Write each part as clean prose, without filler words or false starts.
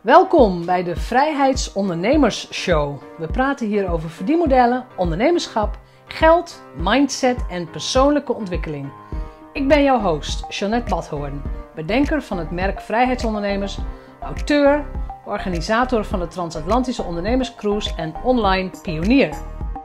Welkom bij de Vrijheidsondernemers Show. We praten hier over verdienmodellen, ondernemerschap, geld, mindset en persoonlijke ontwikkeling. Ik ben jouw host, Jeanette Badhoorn, bedenker van het merk Vrijheidsondernemers, auteur, organisator van de Transatlantische Ondernemerscruise en online pionier.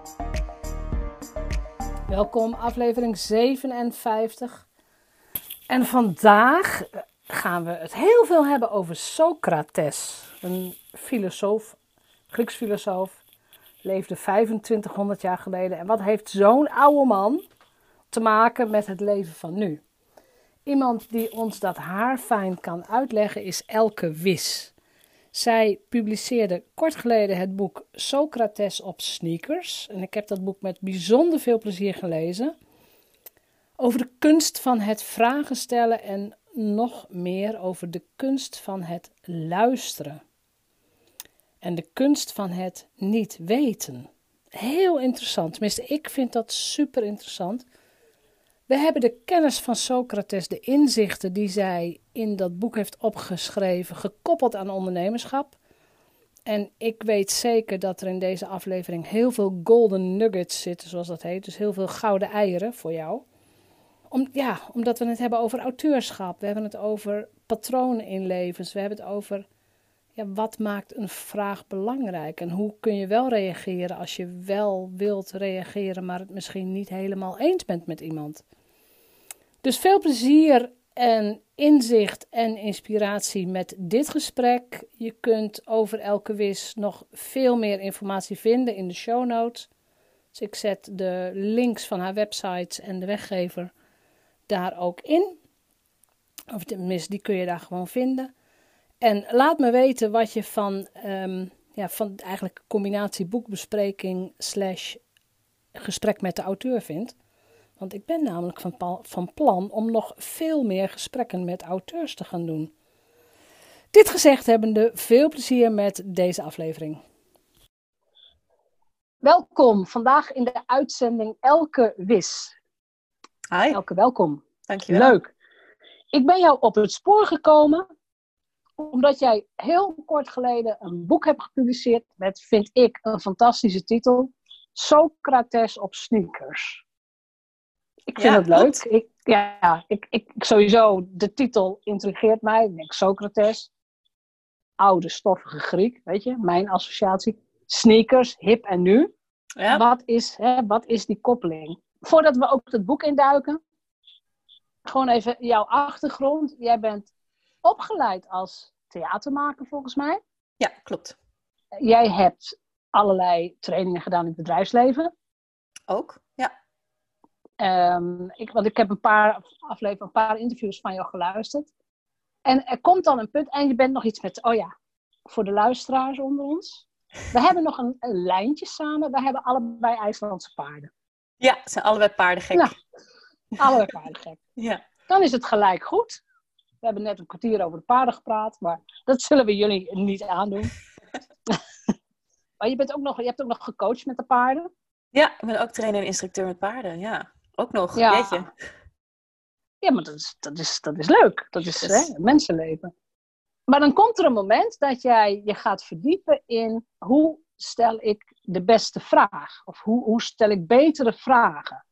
Welkom, aflevering 57. En vandaag gaan we het heel veel hebben over Socrates, een filosoof, Grieks filosoof, leefde 2500 jaar geleden. En wat heeft zo'n oude man te maken met het leven van nu? Iemand die ons dat haarfijn kan uitleggen is Elke Wiss. Zij publiceerde kort geleden het boek Socrates op sneakers. En ik heb dat boek met bijzonder veel plezier gelezen. Over de kunst van het vragen stellen en nog meer over de kunst van het luisteren. En de kunst van het niet weten. Heel interessant. Tenminste, ik vind dat super interessant. We hebben de kennis van Socrates, de inzichten die zij in dat boek heeft opgeschreven, gekoppeld aan ondernemerschap. En ik weet zeker dat er in deze aflevering heel veel golden nuggets zitten, zoals dat heet. Dus heel veel gouden eieren voor jou. Omdat we het hebben over auteurschap. We hebben het over patronen in levens. We hebben het over wat maakt een vraag belangrijk. En hoe kun je wel reageren als je wel wilt reageren, maar het misschien niet helemaal eens bent met iemand. Dus veel plezier en inzicht en inspiratie met dit gesprek. Je kunt over Elke Wiss nog veel meer informatie vinden in de show notes. Dus ik zet de links van haar websites en de weggever daar ook in. Of tenminste, die kun je daar gewoon vinden. En laat me weten wat je van eigenlijk combinatie boekbespreking / gesprek met de auteur vindt. Want ik ben namelijk van plan om nog veel meer gesprekken met auteurs te gaan doen. Dit gezegd hebbende, veel plezier met deze aflevering. Welkom, vandaag in de uitzending Elke Wiss. Hi. Elke, welkom. Dankjewel. Leuk. Ik ben jou op het spoor gekomen omdat jij heel kort geleden een boek hebt gepubliceerd met, vind ik, een fantastische titel. Socrates op sneakers. Ik vind het leuk. Ik sowieso, de titel intrigeert mij. Ik denk Socrates, oude stoffige Griek, weet je, mijn associatie. Sneakers, hip en nu. Ja. Wat is die koppeling? Voordat we ook het boek induiken, gewoon even jouw achtergrond. Jij bent opgeleid als theatermaker volgens mij. Ja, klopt. Jij hebt allerlei trainingen gedaan in het bedrijfsleven. Ook, ja. Want ik heb een paar interviews van jou geluisterd. En er komt dan een punt, en je bent nog iets met, voor de luisteraars onder ons. We hebben nog een lijntje samen. We hebben allebei IJslandse paarden. Ja, het zijn allebei paardengek. Nou, allebei paardengek. Ja. Dan is het gelijk goed. We hebben net een kwartier over de paarden gepraat, maar dat zullen we jullie niet aandoen. Maar je hebt ook nog gecoacht met de paarden. Ja, ik ben ook trainer en instructeur met paarden. Ja, ook nog. Ja. Jeetje. Ja, maar dat is leuk. Dat is mensenleven. Maar dan komt er een moment dat jij je gaat verdiepen in hoe stel ik de beste vraag? Of hoe stel ik betere vragen?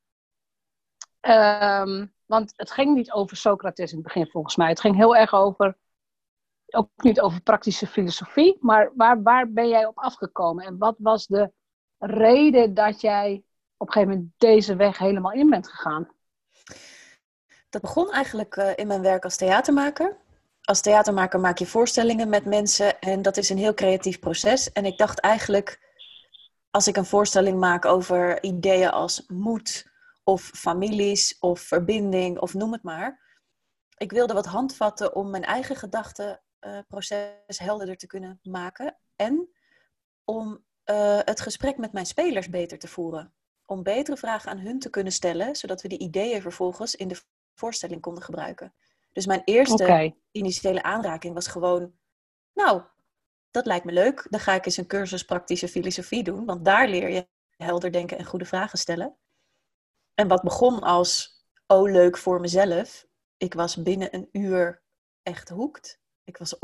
Want het ging niet over Socrates in het begin volgens mij. Het ging heel erg ook niet over praktische filosofie. Maar waar ben jij op afgekomen? En wat was de reden dat jij op een gegeven moment deze weg helemaal in bent gegaan? Dat begon eigenlijk in mijn werk als theatermaker. Als theatermaker maak je voorstellingen met mensen en dat is een heel creatief proces. En ik dacht eigenlijk, als ik een voorstelling maak over ideeën als moed of families of verbinding of noem het maar. Ik wilde wat handvatten om mijn eigen gedachteproces helderder te kunnen maken. En om het gesprek met mijn spelers beter te voeren. Om betere vragen aan hun te kunnen stellen, zodat we die ideeën vervolgens in de voorstelling konden gebruiken. Dus mijn eerste initiële aanraking was gewoon, nou, dat lijkt me leuk. Dan ga ik eens een cursus praktische filosofie doen, want daar leer je helder denken en goede vragen stellen. En wat begon als, leuk voor mezelf. Ik was binnen een uur echt hooked. Ik was om.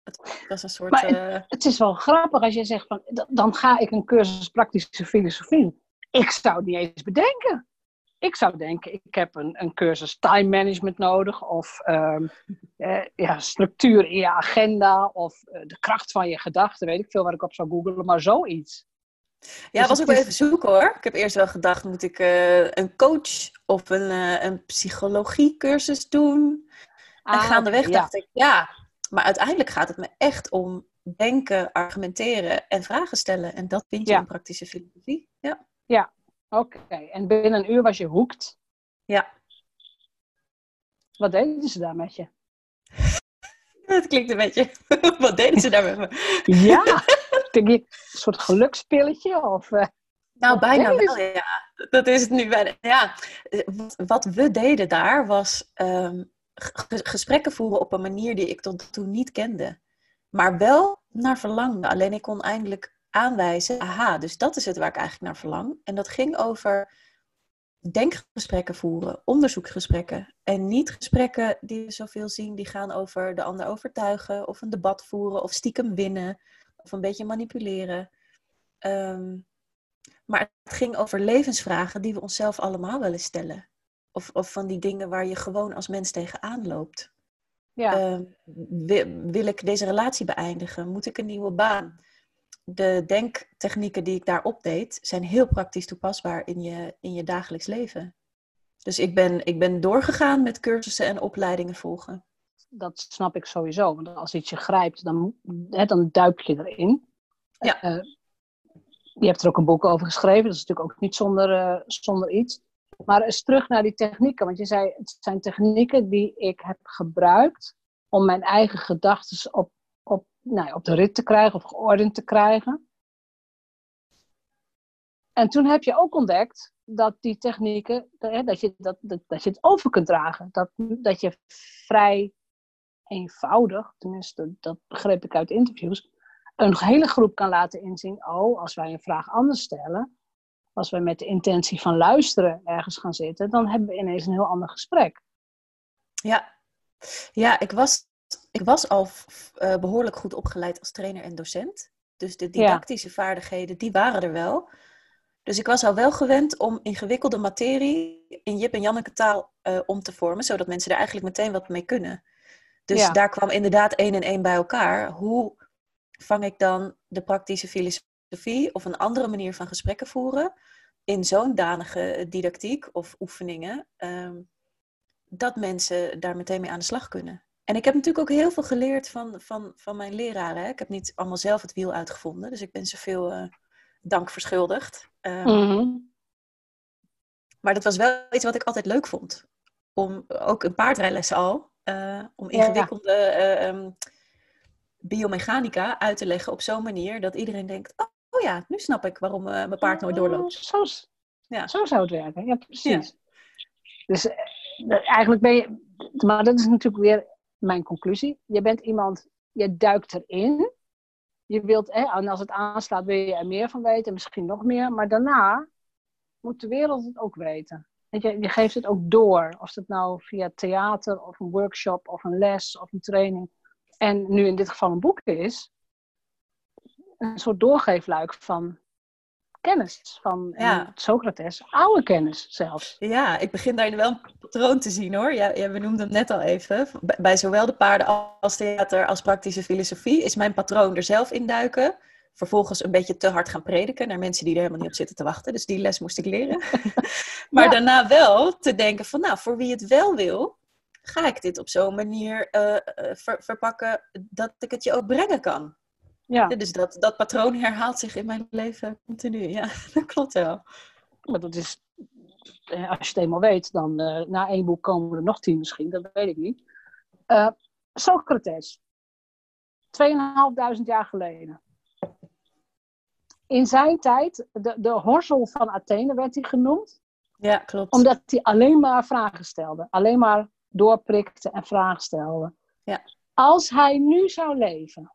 Het was een soort... Maar het is wel grappig als je zegt van, dan ga ik een cursus praktische filosofie. Ik zou het niet eens bedenken. Ik zou denken, ik heb een cursus time management nodig. Of structuur in je agenda. Of de kracht van je gedachten. Weet ik veel waar ik op zou googlen. Maar zoiets. Ja, Dus was ook wel even zoeken hoor. Ik heb eerst wel gedacht, moet ik een coach of een psychologiecursus doen? En gaandeweg dacht ik, ja. Maar uiteindelijk gaat het me echt om denken, argumenteren en vragen stellen. En dat vind je in praktische filosofie. Ja. Ja, oké. En binnen een uur was je hooked. Ja. Wat deden ze daar met je? Het klinkt een beetje... Wat deden ze daar met me? Ja, denk je, een soort gelukspilletje? Of, nou, bijna wel, ja. Dat is het nu bijna. Ja. Wat we deden daar was gesprekken voeren op een manier die ik tot toen niet kende. Maar wel naar verlangde. Alleen ik kon eindelijk aanwijzen, aha, dus dat is het waar ik eigenlijk naar verlang. En dat ging over denkgesprekken voeren, onderzoeksgesprekken. En niet gesprekken die we zoveel zien, die gaan over de ander overtuigen, of een debat voeren, of stiekem winnen, of een beetje manipuleren. Maar het ging over levensvragen die we onszelf allemaal wel eens stellen. Of van die dingen waar je gewoon als mens tegenaan loopt. Ja. Wil ik deze relatie beëindigen? Moet ik een nieuwe baan? De denktechnieken die ik daar opdeed, zijn heel praktisch toepasbaar in je dagelijks leven. Dus ik ben doorgegaan met cursussen en opleidingen volgen. Dat snap ik sowieso. Want als iets je grijpt, dan duik je erin. Ja. Je hebt er ook een boek over geschreven. Dat is natuurlijk ook niet zonder iets. Maar eens terug naar die technieken. Want je zei, het zijn technieken die ik heb gebruikt om mijn eigen gedachten op de rit te krijgen of geordend te krijgen. En toen heb je ook ontdekt dat die technieken, dat je het over kunt dragen. Dat je vrij eenvoudig, tenminste dat begreep ik uit interviews, een hele groep kan laten inzien, als wij een vraag anders stellen, als wij met de intentie van luisteren ergens gaan zitten, dan hebben we ineens een heel ander gesprek. Ja, ik was al behoorlijk goed opgeleid als trainer en docent. Dus de didactische vaardigheden, die waren er wel. Dus ik was al wel gewend om ingewikkelde materie in Jip en Janneke taal om te vormen, zodat mensen er eigenlijk meteen wat mee kunnen. Dus daar kwam inderdaad 1 en 1 bij elkaar. Hoe vang ik dan de praktische filosofie of een andere manier van gesprekken voeren in zo'n danige didactiek of oefeningen, dat mensen daar meteen mee aan de slag kunnen. En ik heb natuurlijk ook heel veel geleerd van mijn leraren. Hè. Ik heb niet allemaal zelf het wiel uitgevonden, dus ik ben ze veel dank verschuldigd. Maar dat was wel iets wat ik altijd leuk vond. Om ook een paardrijlessen al, om ingewikkelde biomechanica uit te leggen op zo'n manier dat iedereen denkt, oh ja, nu snap ik waarom mijn paard nooit doorloopt. Zo zou het werken, ja precies. Ja. Dus eigenlijk ben je, maar dat is natuurlijk weer mijn conclusie. Je bent iemand, je duikt erin. Je wilt, en als het aanslaat wil je er meer van weten, misschien nog meer. Maar daarna moet de wereld het ook weten. Je geeft het ook door. Of het nou via theater of een workshop of een les of een training. En nu in dit geval een boek is. Een soort doorgeefluik van kennis. Van Socrates. Oude kennis zelfs. Ja, ik begin daar wel een patroon te zien hoor. Ja, we noemden hem net al even. Bij zowel de paarden als theater als praktische filosofie is mijn patroon er zelf induiken. Vervolgens een beetje te hard gaan prediken naar mensen die er helemaal niet op zitten te wachten. Dus die les moest ik leren. Maar daarna wel te denken van nou, voor wie het wel wil, ga ik dit op zo'n manier verpakken dat ik het je ook brengen kan. Ja. Dus dat patroon herhaalt zich in mijn leven continu. Ja, dat klopt wel. Maar dat is, als je het eenmaal weet, dan na 1 boek komen er nog 10 misschien. Dat weet ik niet. Socrates. 2500 jaar geleden. In zijn tijd, de Horzel van Athene werd hij genoemd. Ja, klopt. Omdat hij alleen maar vragen stelde. Alleen maar doorprikte en vragen stelde. Ja. Als hij nu zou leven.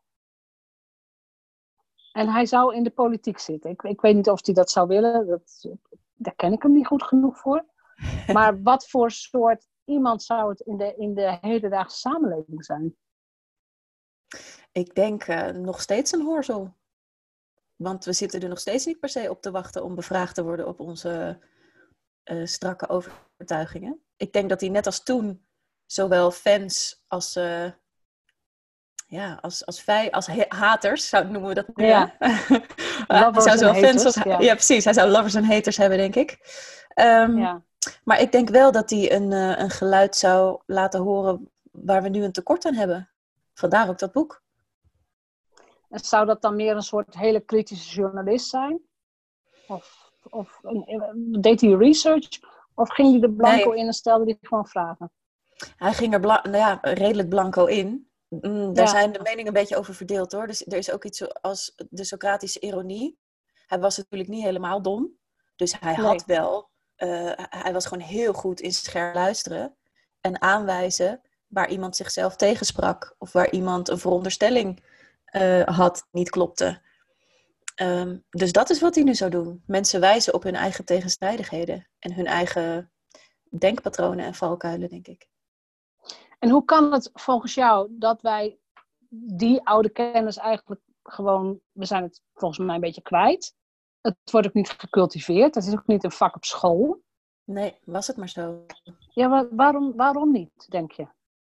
En hij zou in de politiek zitten. Ik weet niet of hij dat zou willen. Daar ken ik hem niet goed genoeg voor. Maar wat voor soort iemand zou het in de hedendaagse samenleving zijn? Ik denk nog steeds een hoorzel. Want we zitten er nog steeds niet per se op te wachten om bevraagd te worden op onze strakke overtuigingen. Ik denk dat die net als toen zowel fans als haters, noemen we dat nu, hè? Ja, lovers Hij zou en zowel fans als... haters. Ja. Ja, precies. Hij zou lovers en haters hebben, denk ik. Ehm, Ja. maar ik denk wel dat hij een geluid zou laten horen waar we nu een tekort aan hebben. Vandaar ook dat boek. En zou dat dan meer een soort hele kritische journalist zijn? Of deed hij research? Of ging hij er blanco in en stelde hij gewoon vragen? Hij ging er redelijk blanco in. Daar zijn de meningen een beetje over verdeeld, hoor. Dus er is ook iets als de Socratische ironie. Hij was natuurlijk niet helemaal dom. Dus hij had wel... hij was gewoon heel goed in scherp luisteren. En aanwijzen waar iemand zichzelf tegensprak. Of waar iemand een veronderstelling had, niet klopte. Dus dat is wat hij nu zou doen. Mensen wijzen op hun eigen tegenstrijdigheden. En hun eigen denkpatronen en valkuilen, denk ik. En hoe kan het volgens jou dat wij die oude kennis eigenlijk gewoon... We zijn het volgens mij een beetje kwijt. Het wordt ook niet gecultiveerd. Het is ook niet een vak op school. Nee, was het maar zo. Ja, waarom niet, denk je?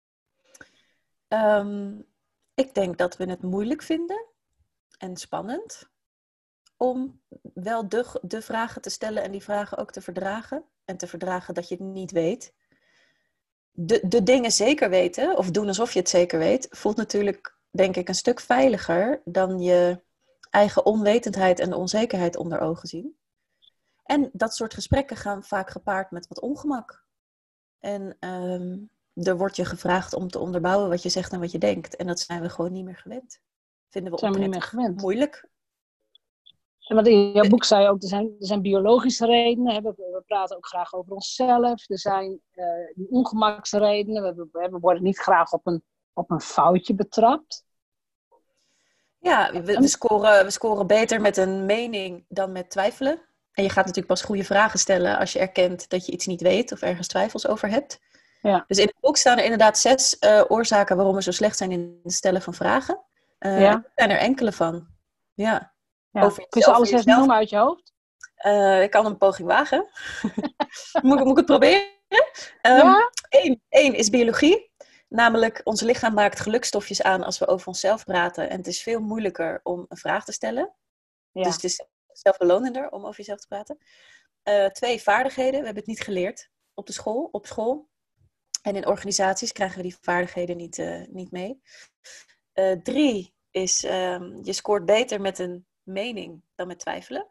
Ik denk dat we het moeilijk vinden en spannend om wel de vragen te stellen en die vragen ook te verdragen. En te verdragen dat je het niet weet. De dingen zeker weten, of doen alsof je het zeker weet, voelt natuurlijk, denk ik, een stuk veiliger dan je eigen onwetendheid en de onzekerheid onder ogen zien. En dat soort gesprekken gaan vaak gepaard met wat ongemak. En er wordt je gevraagd om te onderbouwen wat je zegt en wat je denkt. En dat zijn we gewoon niet meer gewend. Vinden we onprettig. Moeilijk. En wat in jouw boek zei je ook, er zijn biologische redenen. We praten ook graag over onszelf. Er zijn die ongemaksredenen. We worden niet graag op een foutje betrapt. Ja, we scoren beter met een mening dan met twijfelen. En je gaat natuurlijk pas goede vragen stellen als je erkent dat je iets niet weet of ergens twijfels over hebt. Ja. Dus in het boek staan er inderdaad 6 oorzaken waarom we zo slecht zijn in het stellen van vragen. Er zijn er enkele van. Ja. Kun je ze alle 6 noemen uit je hoofd? Ik kan een poging wagen. Moet ik het proberen? Eén is biologie. Namelijk, ons lichaam maakt gelukstofjes aan als we over onszelf praten. En het is veel moeilijker om een vraag te stellen. Ja. Dus het is zelfbelonender om over jezelf te praten. 2, vaardigheden. We hebben het niet geleerd op school. En in organisaties krijgen we die vaardigheden niet mee. 3 is, je scoort beter met een mening dan met twijfelen.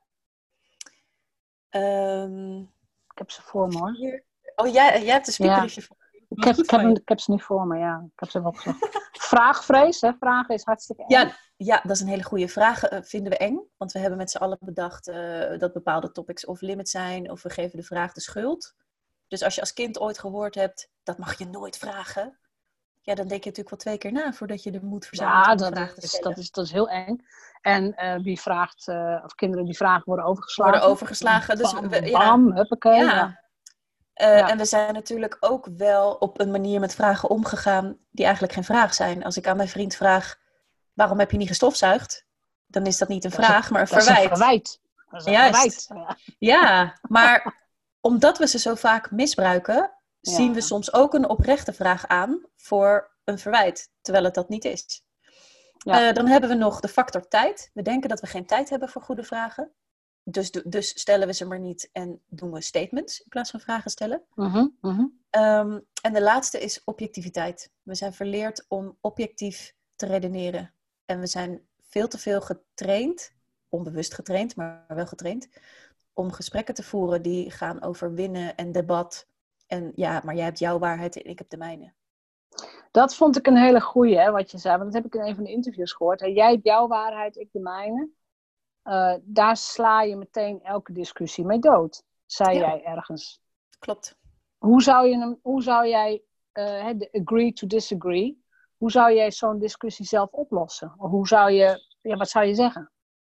Ik heb ze voor me, hoor. Hier. Oh, jij hebt een speakertje voor me. Ik heb ze niet voor me, ja. Ik heb ze wel opgezocht. Vraagvrees, hè? Vragen is hartstikke eng. Ja, dat is een hele goede vraag. Vinden we eng. Want we hebben met z'n allen bedacht dat bepaalde topics off-limit zijn. Of we geven de vraag de schuld. Dus als je als kind ooit gehoord hebt, dat mag je nooit vragen. Ja, dan denk je natuurlijk wel 2 keer na voordat je de moed verzamelt om de vraag te stellen. Dat is heel eng. En of kinderen die vragen worden overgeslagen. Dus bam, huppakee. Ja. En we zijn natuurlijk ook wel op een manier met vragen omgegaan die eigenlijk geen vraag zijn. Als ik aan mijn vriend vraag, waarom heb je niet gestofzuigd? Dan is dat niet een vraag, maar een verwijt. Dat is een verwijt. Ja, maar omdat we ze zo vaak misbruiken, zien we soms ook een oprechte vraag aan voor een verwijt, terwijl het dat niet is. Ja. Dan hebben we nog de factor tijd. We denken dat we geen tijd hebben voor goede vragen. Dus stellen we ze maar niet en doen we statements in plaats van vragen stellen. En de laatste is objectiviteit. We zijn verleerd om objectief te redeneren. En we zijn veel te veel getraind, onbewust getraind, maar wel getraind, om gesprekken te voeren die gaan over winnen en debat. En ja, maar jij hebt jouw waarheid en ik heb de mijne. Dat vond ik een hele goeie, hè, wat je zei. Want dat heb ik in een van de interviews gehoord. Hè. Jij hebt jouw waarheid, ik de mijne. Daar sla je meteen elke discussie mee dood, zei jij ergens. Klopt. Hoe zou jij de agree to disagree, hoe zou jij zo'n discussie zelf oplossen? Of wat zou je zeggen?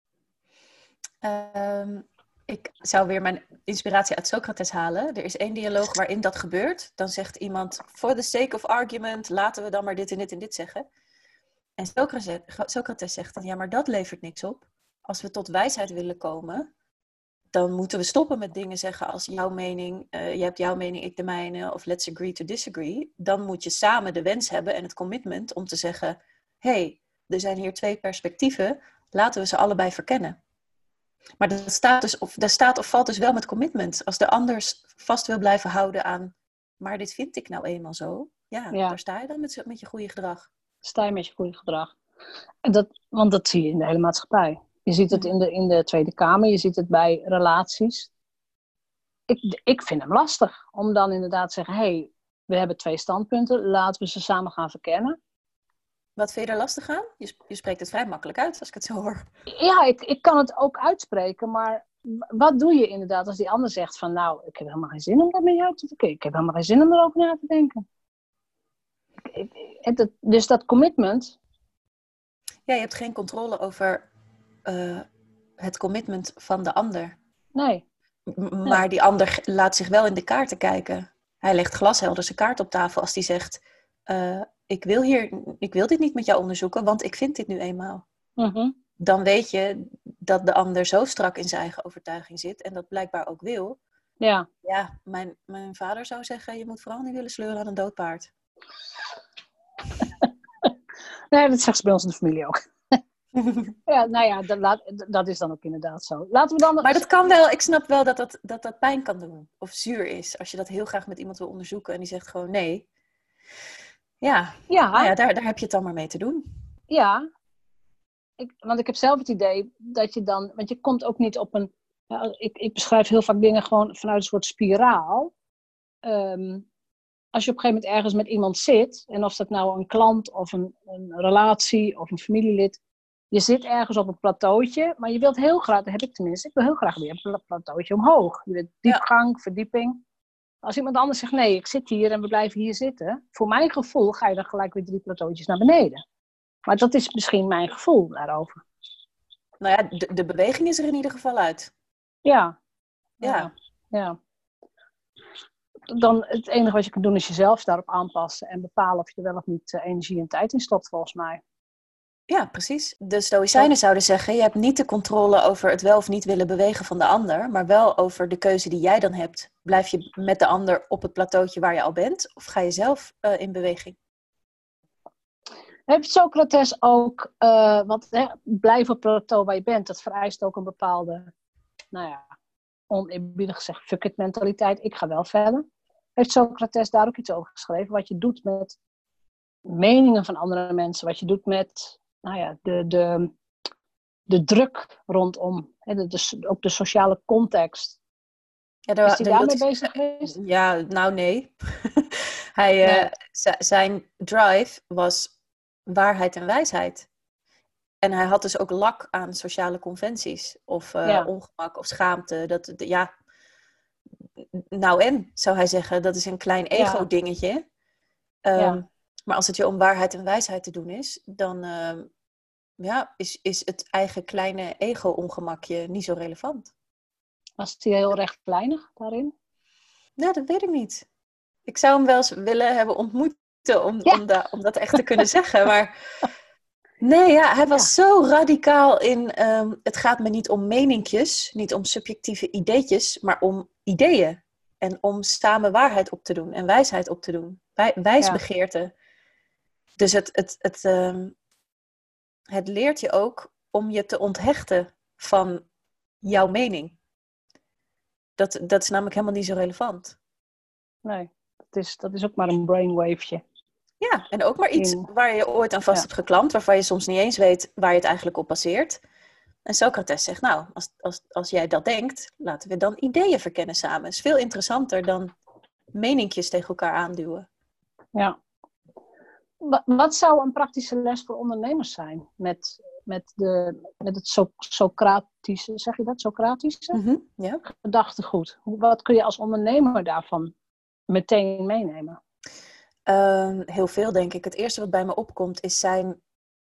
Ik zou weer mijn inspiratie uit Socrates halen. Er is 1 dialoog waarin dat gebeurt. Dan zegt iemand, for the sake of argument, laten we dan maar dit en dit en dit zeggen. En Socrates zegt dan, ja, maar dat levert niks op. Als we tot wijsheid willen komen, dan moeten we stoppen met dingen zeggen als jouw mening, je hebt jouw mening, ik de mijne, of let's agree to disagree. Dan moet je samen de wens hebben en het commitment om te zeggen, hey, er zijn hier 2 perspectieven, laten we ze allebei verkennen. Maar dat staat of valt dus wel met commitment. Als de ander vast wil blijven houden aan, maar dit vind ik nou eenmaal zo. Ja, daar sta je dan met je goede gedrag. Sta je met je goede gedrag. En want dat zie je in de hele maatschappij. Je ziet het in de Tweede Kamer, je ziet het bij relaties. Ik vind hem lastig om dan inderdaad te zeggen, hey, we hebben 2 standpunten, laten we ze samen gaan verkennen. Wat vind je er lastig aan? Je spreekt het vrij makkelijk uit als ik het zo hoor. Ja, ik kan het ook uitspreken, maar wat doe je inderdaad als die ander zegt van, nou, ik heb helemaal geen zin om dat met jou te verkennen. Ik heb helemaal geen zin om erover na te denken. Dus dat commitment. Ja, je hebt geen controle over het commitment van de ander. Nee. Maar die ander laat zich wel in de kaarten kijken. Hij legt glashelder zijn kaart op tafel als hij zegt, ik wil dit niet met jou onderzoeken, want ik vind dit nu eenmaal. Mm-hmm. Dan weet je dat de ander zo strak in zijn eigen overtuiging zit en dat blijkbaar ook wil. Ja. Ja, mijn vader zou zeggen, je moet vooral niet willen sleuren aan een dood paard. Nee, dat zegt ze bij ons in de familie ook. Ja, nou ja, dat is dan ook inderdaad zo. Laten we dan... Maar dat kan wel, ik snap wel dat pijn kan doen. Of zuur is. Als je dat heel graag met iemand wil onderzoeken en die zegt gewoon nee. Ja, nou ja, daar heb je het dan maar mee te doen. Ja, want ik heb zelf het idee dat je dan... Want je komt ook niet op een... Ja, ik beschrijf heel vaak dingen gewoon vanuit een soort spiraal. Als je op een gegeven moment ergens met iemand zit, en of dat nou een klant of een relatie of een familielid, je zit ergens op een plateautje, maar je wilt heel graag, dat heb ik tenminste, ik wil heel graag weer een plateautje omhoog. Je wilt diepgang, verdieping. Als iemand anders zegt, nee, ik zit hier en we blijven hier zitten, voor mijn gevoel ga je dan gelijk weer 3 plateautjes naar beneden. Maar dat is misschien mijn gevoel daarover. Nou ja, de beweging is er in ieder geval uit. Ja. Dan het enige wat je kunt doen is jezelf daarop aanpassen en bepalen of je er wel of niet energie en tijd in stopt, volgens mij. Ja, precies. De Stoïcijnen zouden zeggen, je hebt niet de controle over het wel of niet willen bewegen van de ander, maar wel over de keuze die jij dan hebt. Blijf je met de ander op het plateautje waar je al bent, of ga je zelf in beweging? Heeft Socrates ook, blijf op het plateau waar je bent, dat vereist ook een bepaalde, nou ja, oneerbiedig gezegd, fuck it mentaliteit, ik ga wel verder. Heeft Socrates daar ook iets over geschreven? Wat je doet met meningen van andere mensen, wat je doet met, nou ja, de druk rondom, ook de sociale context. Ja, is hij daarmee bezig geweest? Ja, nou nee. Zijn drive was waarheid en wijsheid. En hij had dus ook lak aan sociale conventies. Of ongemak of schaamte. Nou en, zou hij zeggen. Dat is een klein ego-dingetje. Maar als het je om waarheid en wijsheid te doen is, dan is het eigen kleine ego-ongemakje niet zo relevant. Was hij heel rechtlijnig daarin? Nou, dat weet ik niet. Ik zou hem wel eens willen hebben ontmoeten om dat echt te kunnen zeggen. Maar nee, hij was zo radicaal in... het gaat me niet om meninkjes, niet om subjectieve ideetjes, maar om ideeën. En om samen waarheid op te doen en wijsheid op te doen. Wijsbegeerte. Dus het leert je ook om je te onthechten van jouw mening. Dat is namelijk helemaal niet zo relevant. Nee, dat is ook maar een brainwaveje. Ja, en ook maar iets waar je ooit aan vast hebt geklampt, waarvan je soms niet eens weet waar je het eigenlijk op baseert. En Socrates zegt, nou, als jij dat denkt, laten we dan ideeën verkennen samen. Het is veel interessanter dan meninkjes tegen elkaar aanduwen. Ja. Wat zou een praktische les voor ondernemers zijn met het Socratische, zeg je dat? Socratische? Gedachtegoed. Wat kun je als ondernemer daarvan meteen meenemen? Heel veel, denk ik. Het eerste wat bij me opkomt is zijn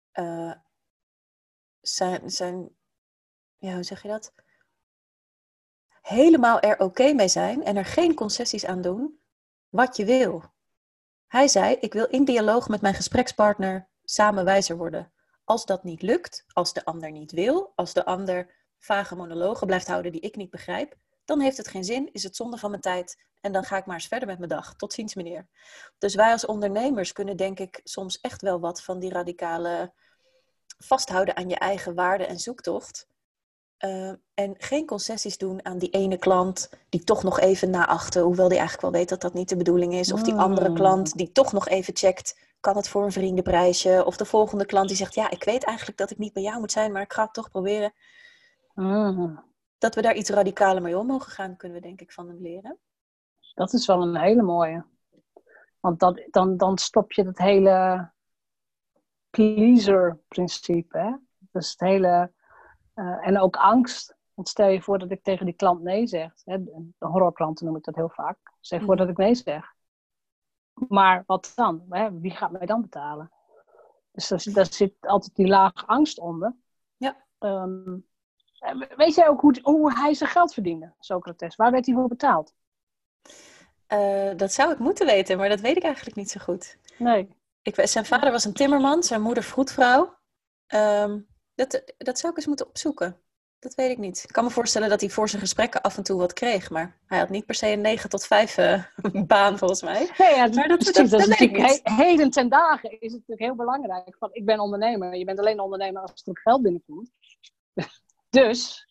hoe zeg je dat? Helemaal er oké mee zijn en er geen concessies aan doen wat je wil. Hij zei, ik wil in dialoog met mijn gesprekspartner samen wijzer worden. Als dat niet lukt, als de ander niet wil, als de ander vage monologen blijft houden die ik niet begrijp, dan heeft het geen zin, is het zonde van mijn tijd en dan ga ik maar eens verder met mijn dag. Tot ziens, meneer. Dus wij als ondernemers kunnen denk ik soms echt wel wat van die radicale vasthouden aan je eigen waarde en zoektocht. En geen concessies doen aan die ene klant die toch nog even naachten, hoewel die eigenlijk wel weet dat dat niet de bedoeling is. Of die andere klant die toch nog even checkt, kan het voor een vriendenprijsje? Of de volgende klant die zegt, ja, ik weet eigenlijk dat ik niet bij jou moet zijn, maar ik ga het toch proberen. Dat we daar iets radicaler mee om mogen gaan, kunnen we denk ik van hem leren. Dat is wel een hele mooie. Want dan stop je het hele pleaser-principe. Hè? Dus het hele... en ook angst. Want stel je voor dat ik tegen die klant nee zeg. Hè? De horrorklanten noem ik dat heel vaak. Stel je voor dat ik nee zeg. Maar wat dan? Hè? Wie gaat mij dan betalen? Dus daar zit altijd die laag angst onder. Ja. Weet jij ook hoe hij zijn geld verdiende, Socrates? Waar werd hij voor betaald? Dat zou ik moeten weten, maar dat weet ik eigenlijk niet zo goed. Nee. Zijn vader was een timmerman, zijn moeder vroedvrouw. Dat zou ik eens moeten opzoeken. Dat weet ik niet. Ik kan me voorstellen dat hij voor zijn gesprekken af en toe wat kreeg. Maar hij had niet per se een 9 tot 5 baan, volgens mij. Nee, ja, maar dat is natuurlijk heden ten dagen is het natuurlijk heel belangrijk. Van, ik ben ondernemer. Je bent alleen ondernemer als er ook geld binnenkomt. Dus,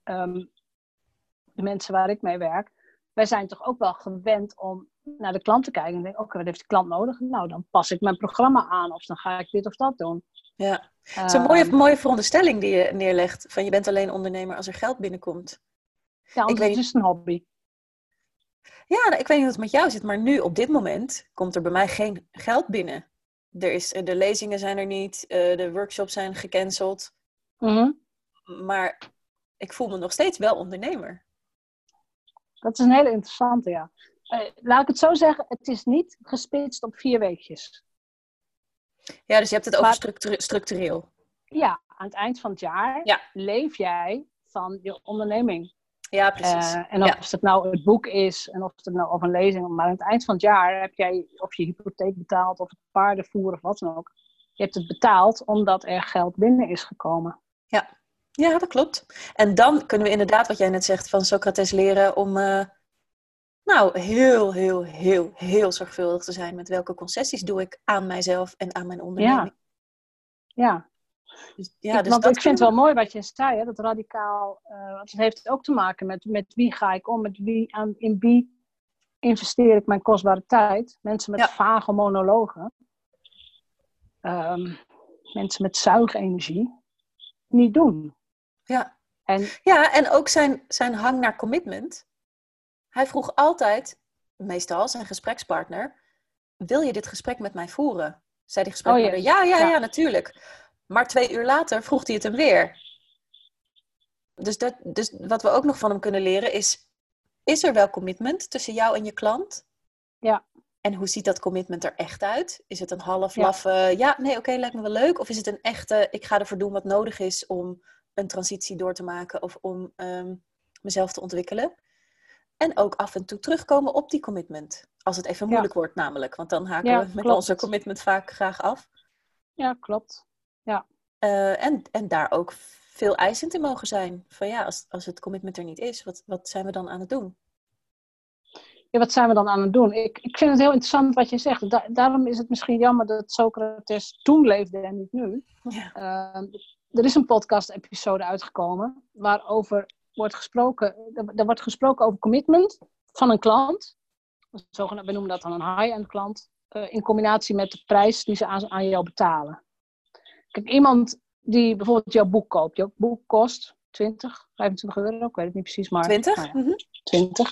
de mensen waar ik mee werk, wij zijn toch ook wel gewend om naar de klant te kijken. En denken, oké, wat heeft de klant nodig? Nou, dan pas ik mijn programma aan. Of dan ga ik dit of dat doen. Ja, het is een mooie veronderstelling die je neerlegt. Van je bent alleen ondernemer als er geld binnenkomt. Ja, het is een hobby. Ja, ik weet niet hoe het met jou zit, maar nu op dit moment komt er bij mij geen geld binnen. De lezingen zijn er niet, de workshops zijn gecanceld. Mm-hmm. Maar ik voel me nog steeds wel ondernemer. Dat is een hele interessante, ja. Laat ik het zo zeggen, het is niet gespitst op 4 weekjes. Ja, dus je hebt het over structureel. Ja, aan het eind van het jaar leef jij van je onderneming. Ja, precies. En of het nou het boek is, en of het nou of een lezing, maar aan het eind van het jaar heb jij of je hypotheek betaald, of het paardenvoer of wat dan ook. Je hebt het betaald omdat er geld binnen is gekomen. Ja, dat klopt. En dan kunnen we inderdaad, wat jij net zegt, van Socrates leren om heel, heel, heel, heel zorgvuldig te zijn met welke concessies doe ik aan mijzelf en aan mijn onderneming. Ja. Want ik vind het wel mooi wat je zei, hè, dat radicaal. Want het heeft ook te maken met wie ga ik om, in wie investeer ik mijn kostbare tijd. Mensen met vage monologen. Mensen met zuigenergie. Niet doen. Ja, en ook zijn hang naar commitment. Hij vroeg altijd, meestal zijn gesprekspartner, wil je dit gesprek met mij voeren? Zei die gesprekspartner, ja, natuurlijk. Maar 2 uur later vroeg hij het hem weer. Dus wat we ook nog van hem kunnen leren is er wel commitment tussen jou en je klant? Ja. En hoe ziet dat commitment er echt uit? Is het een half laffe, lijkt me wel leuk? Of is het een echte, ik ga ervoor doen wat nodig is om een transitie door te maken of om mezelf te ontwikkelen? En ook af en toe terugkomen op die commitment. Als het even moeilijk wordt namelijk. Want dan haken we met onze commitment vaak graag af. Ja, klopt. Ja. En daar ook veel eisend in mogen zijn. Van als het commitment er niet is, wat zijn we dan aan het doen? Ja, wat zijn we dan aan het doen? Ik vind het heel interessant wat je zegt. Daarom is het misschien jammer dat Socrates toen leefde en niet nu. Ja. Er is een podcast-episode uitgekomen waarover wordt gesproken. Er wordt gesproken over commitment van een klant. We noemen dat dan een high-end klant. In combinatie met de prijs die ze aan jou betalen. Kijk, iemand die bijvoorbeeld jouw boek koopt. Jouw boek kost 20, 25 euro. Ik weet het niet precies, maar 20. 20.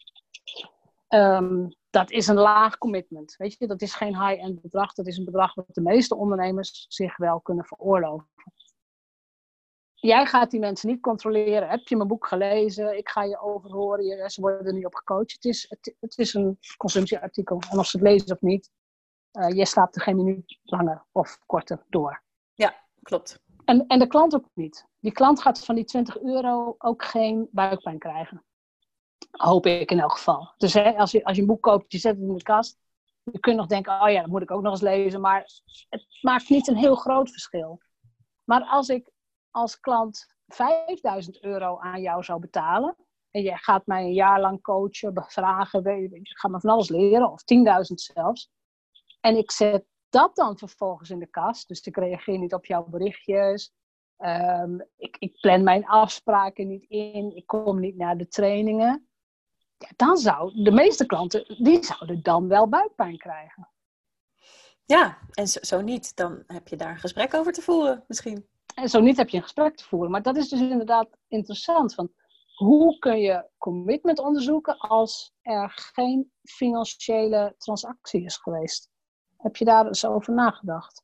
Dat is een laag commitment. Weet je, dat is geen high-end bedrag. Dat is een bedrag wat de meeste ondernemers zich wel kunnen veroorloven. Jij gaat die mensen niet controleren. Heb je mijn boek gelezen? Ik ga je overhoren. Ze worden er niet op gecoacht. Het is een consumptieartikel. En of ze het lezen of niet, je slaapt er geen minuut langer of korter door. Ja, klopt. En de klant ook niet. Die klant gaat van die 20 euro ook geen buikpijn krijgen. Hoop ik in elk geval. Dus als je een boek koopt, je zet het in de kast. Je kunt nog denken, oh ja, dat moet ik ook nog eens lezen. Maar het maakt niet een heel groot verschil. Maar als ik als klant €5.000 aan jou zou betalen. En jij gaat mij een jaar lang coachen, bevragen. Je gaat me van alles leren. Of 10.000 zelfs. En ik zet dat dan vervolgens in de kast. Dus ik reageer niet op jouw berichtjes. Ik plan mijn afspraken niet in. Ik kom niet naar de trainingen. Ja, dan zou de meeste klanten, die zouden dan wel buikpijn krijgen. Ja, en zo niet, dan heb je daar een gesprek over te voeren misschien. En zo niet heb je een gesprek te voeren. Maar dat is dus inderdaad interessant. Van, hoe kun je commitment onderzoeken als er geen financiële transactie is geweest? Heb je daar eens over nagedacht?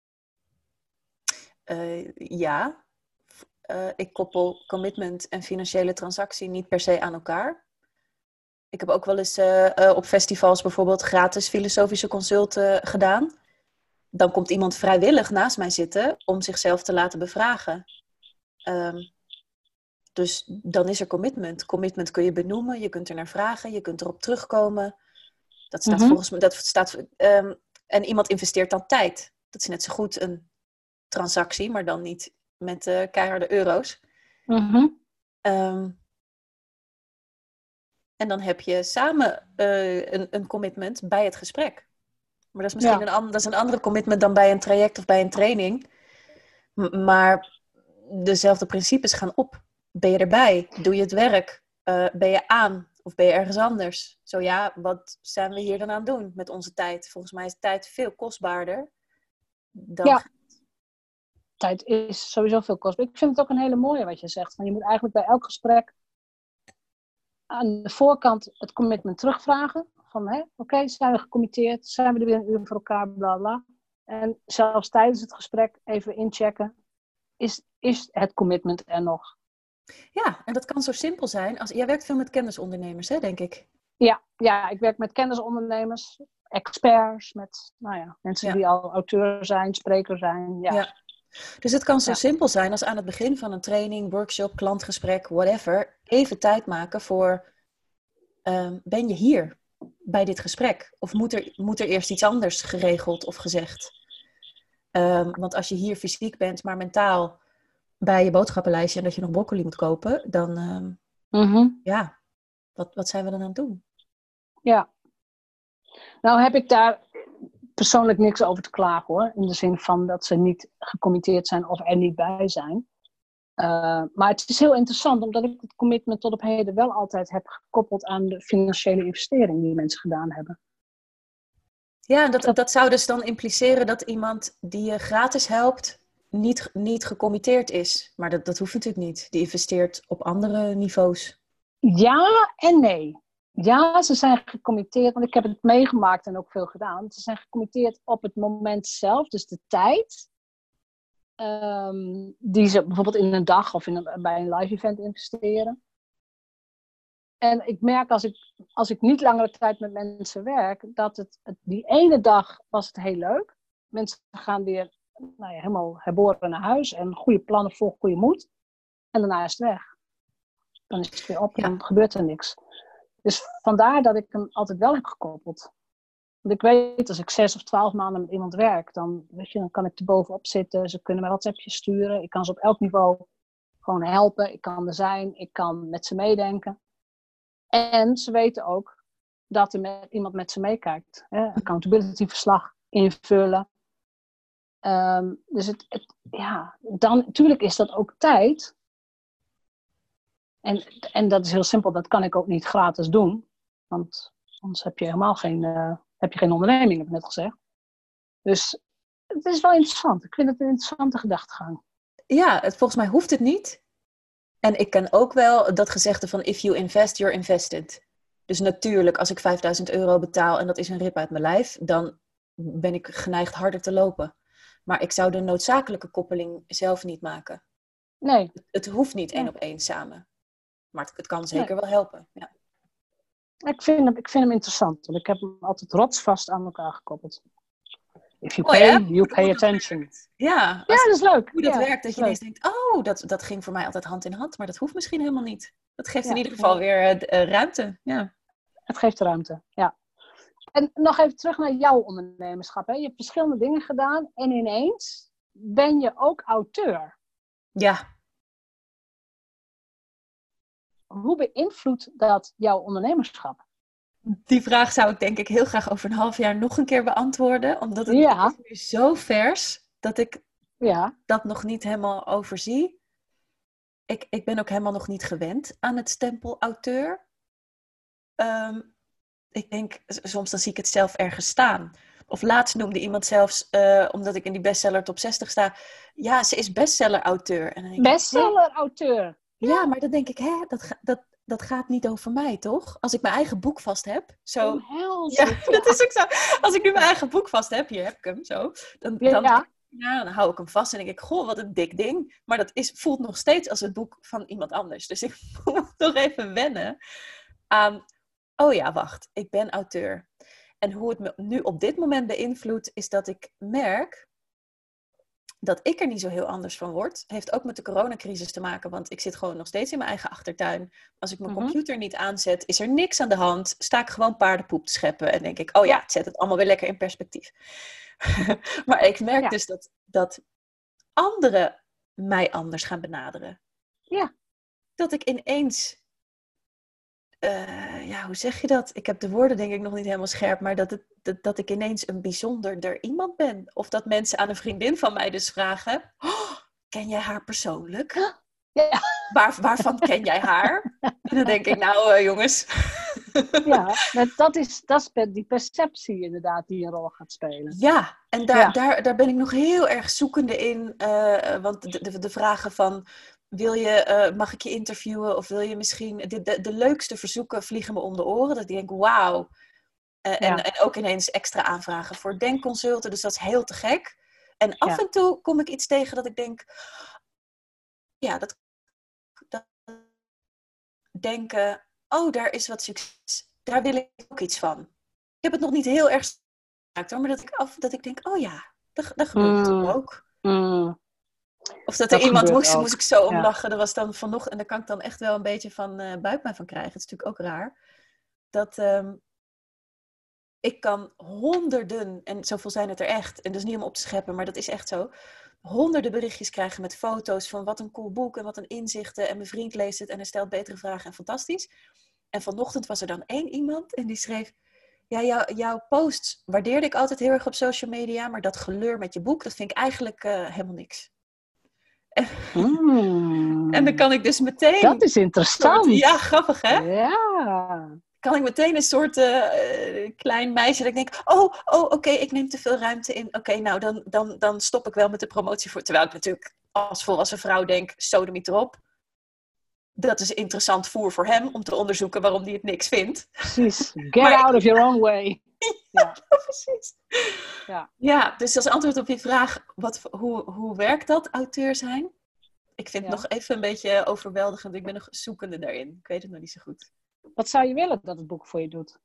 Ja, ik koppel commitment en financiële transactie niet per se aan elkaar. Ik heb ook wel eens op festivals bijvoorbeeld gratis filosofische consulten gedaan. Dan komt iemand vrijwillig naast mij zitten om zichzelf te laten bevragen. Dus dan is er commitment. Commitment kun je benoemen, je kunt er naar vragen, je kunt erop terugkomen. Dat staat volgens mij. En iemand investeert dan tijd. Dat is net zo goed een transactie, maar dan niet met keiharde euro's. En dan heb je samen een commitment bij het gesprek. Maar dat is misschien een andere commitment dan bij een traject of bij een training. Maar dezelfde principes gaan op. Ben je erbij? Doe je het werk? Ben je aan? Of ben je ergens anders? Zo ja, wat zijn we hier dan aan het doen met onze tijd? Volgens mij is tijd veel kostbaarder dan... Ja, tijd is sowieso veel kostbaar. Ik vind het ook een hele mooie wat je zegt. Want je moet eigenlijk bij elk gesprek aan de voorkant het commitment terugvragen. Van, oké, zijn we gecommitteerd? Zijn we er weer een uur voor elkaar? Bla bla. En zelfs tijdens het gesprek even inchecken. Is het commitment er nog? Ja, en dat kan zo simpel zijn. Jij werkt veel met kennisondernemers, hè, denk ik? Ja, ik werk met kennisondernemers, experts, met mensen die al auteur zijn, spreker zijn. Ja. Dus het kan zo simpel zijn als aan het begin van een training, workshop, klantgesprek, whatever, even tijd maken voor, ben je hier bij dit gesprek? Of moet er eerst iets anders geregeld of gezegd? Want als je hier fysiek bent, maar mentaal bij je boodschappenlijstje en dat je nog broccoli moet kopen, dan wat zijn we dan aan het doen? Ja. Nou heb ik daar persoonlijk niks over te klagen hoor. In de zin van dat ze niet gecommitteerd zijn of er niet bij zijn. Maar het is heel interessant omdat ik het commitment tot op heden wel altijd heb gekoppeld aan de financiële investering die mensen gedaan hebben. Ja, dat zou dus dan impliceren dat iemand die je gratis helpt niet gecommitteerd is. Maar dat hoeft natuurlijk niet. Die investeert op andere niveaus. Ja en nee. Ja, ze zijn gecommitteerd, want ik heb het meegemaakt en ook veel gedaan. Ze zijn gecommitteerd op het moment zelf, dus de tijd. Die ze bijvoorbeeld in een dag of bij een live event investeren. En ik merk als ik niet langere tijd met mensen werk, dat die ene dag was het heel leuk. Mensen gaan weer helemaal herboren naar huis en goede plannen vol goede moed. En daarna is het weg. Dan is het weer op en dan gebeurt er niks. Dus vandaar dat ik hem altijd wel heb gekoppeld. Want ik weet, als ik 6 of 12 maanden met iemand werk, dan kan ik er bovenop zitten. Ze kunnen me WhatsAppjes sturen. Ik kan ze op elk niveau gewoon helpen. Ik kan er zijn. Ik kan met ze meedenken. En ze weten ook dat er iemand met ze meekijkt. Accountability verslag invullen. Dus dan natuurlijk is dat ook tijd. En dat is heel simpel, dat kan ik ook niet gratis doen. Want anders heb je helemaal geen onderneming, heb ik net gezegd. Dus het is wel interessant. Ik vind het een interessante gedachtegang. Ja, volgens mij hoeft het niet. En ik ken ook wel dat gezegde van if you invest, you're invested. Dus natuurlijk, als ik €5.000 betaal en dat is een rip uit mijn lijf, dan ben ik geneigd harder te lopen. Maar ik zou de noodzakelijke koppeling zelf niet maken. Nee. Het hoeft niet 1 op 1 samen. Maar het kan zeker wel helpen. Ja. Ik vind hem interessant. Want ik heb hem altijd rotsvast aan elkaar gekoppeld. If you pay, you pay attention. Ja, dat is leuk. Hoe dat werkt, dat je ineens denkt, dat ging voor mij altijd hand in hand. Maar dat hoeft misschien helemaal niet. Dat geeft in ieder geval weer ruimte. Ja. Het geeft ruimte, ja. En nog even terug naar jouw ondernemerschap. Hè? Je hebt verschillende dingen gedaan en ineens ben je ook auteur. Ja. Hoe beïnvloedt dat jouw ondernemerschap? Die vraag zou ik denk ik heel graag over een half jaar nog een keer beantwoorden. Omdat het is nu zo vers dat ik dat nog niet helemaal overzie. Ik ben ook helemaal nog niet gewend aan het stempel auteur. Ik denk, soms dan zie ik het zelf ergens staan. Of laatst noemde iemand zelfs, omdat ik in die bestseller top 60 sta. Ja, ze is bestseller-auteur. Bestseller-auteur? Ja, maar dan denk ik, dat gaat niet over mij, toch? Als ik mijn eigen boek vast heb. Zo, ja, dat is ook zo. Als ik nu mijn eigen boek vast heb, hier heb ik hem zo. Dan hou ik hem vast en denk ik, goh, wat een dik ding. Maar dat voelt nog steeds als het boek van iemand anders. Dus ik moet nog even wennen aan, oh ja, wacht, ik ben auteur. En hoe het me nu op dit moment beïnvloedt, is dat ik merk dat ik er niet zo heel anders van word. Heeft ook met de coronacrisis te maken, want ik zit gewoon nog steeds in mijn eigen achtertuin. Als ik mijn computer niet aanzet, is er niks aan de hand. Sta ik gewoon paardenpoep te scheppen en denk ik, oh ja, het zet het allemaal weer lekker in perspectief. Maar ik merk dus dat anderen mij anders gaan benaderen. Ja. Dat ik ineens, hoe zeg je dat? Ik heb de woorden denk ik nog niet helemaal scherp, maar dat ik ineens een bijzonderder iemand ben. Of dat mensen aan een vriendin van mij dus vragen, oh, ken jij haar persoonlijk? Ja. Waarvan ken jij haar? En dan denk ik, nou jongens. Ja, dat is die perceptie inderdaad die een rol gaat spelen. Ja, en daar ben ik nog heel erg zoekende in. Want de vragen van, mag ik je interviewen? Of wil je misschien, de leukste verzoeken vliegen me om de oren. Dat ik denk, wauw. En ook ineens extra aanvragen voor denkconsulten. Dus dat is heel te gek. En af en toe kom ik iets tegen dat ik denk, ja, dat denken, oh, daar is wat succes. Daar wil ik ook iets van. Ik heb het nog niet heel erg gemaakt hoor, maar dat ik denk, oh ja, dat gebeurt toch ook. Of dat er iemand moest ik zo om lachen. Dat was dan vanochtend, en daar kan ik dan echt wel een beetje van buikpijn van krijgen. Het is natuurlijk ook raar. Dat ik kan honderden, en zoveel zijn het er echt, en dat is niet om op te scheppen, maar dat is echt zo, honderden berichtjes krijgen met foto's van wat een cool boek en wat een inzichten. En mijn vriend leest het en hij stelt betere vragen en fantastisch. En vanochtend was er dan 1 iemand en die schreef, ja, jouw posts waardeerde ik altijd heel erg op social media, maar dat geleur met je boek, dat vind ik eigenlijk helemaal niks. En dan kan ik dus meteen... Dat is interessant. Ja, grappig hè? Ja. Kan ik meteen een soort klein meisje dat ik denk, oké, ik neem te veel ruimte in. Oké, nou, dan stop ik wel met de promotie voor. Terwijl ik natuurlijk als volwassen vrouw denk, sodemiet erop. Dat is interessant voer voor hem om te onderzoeken waarom hij het niks vindt. Precies. Get out of your own way. Ja, precies. Ja, dus als antwoord op je vraag, hoe werkt dat, auteur zijn? Ik vind het nog even een beetje overweldigend. Ik ben nog zoekende daarin. Ik weet het nog niet zo goed. Wat zou je willen dat het boek voor je doet?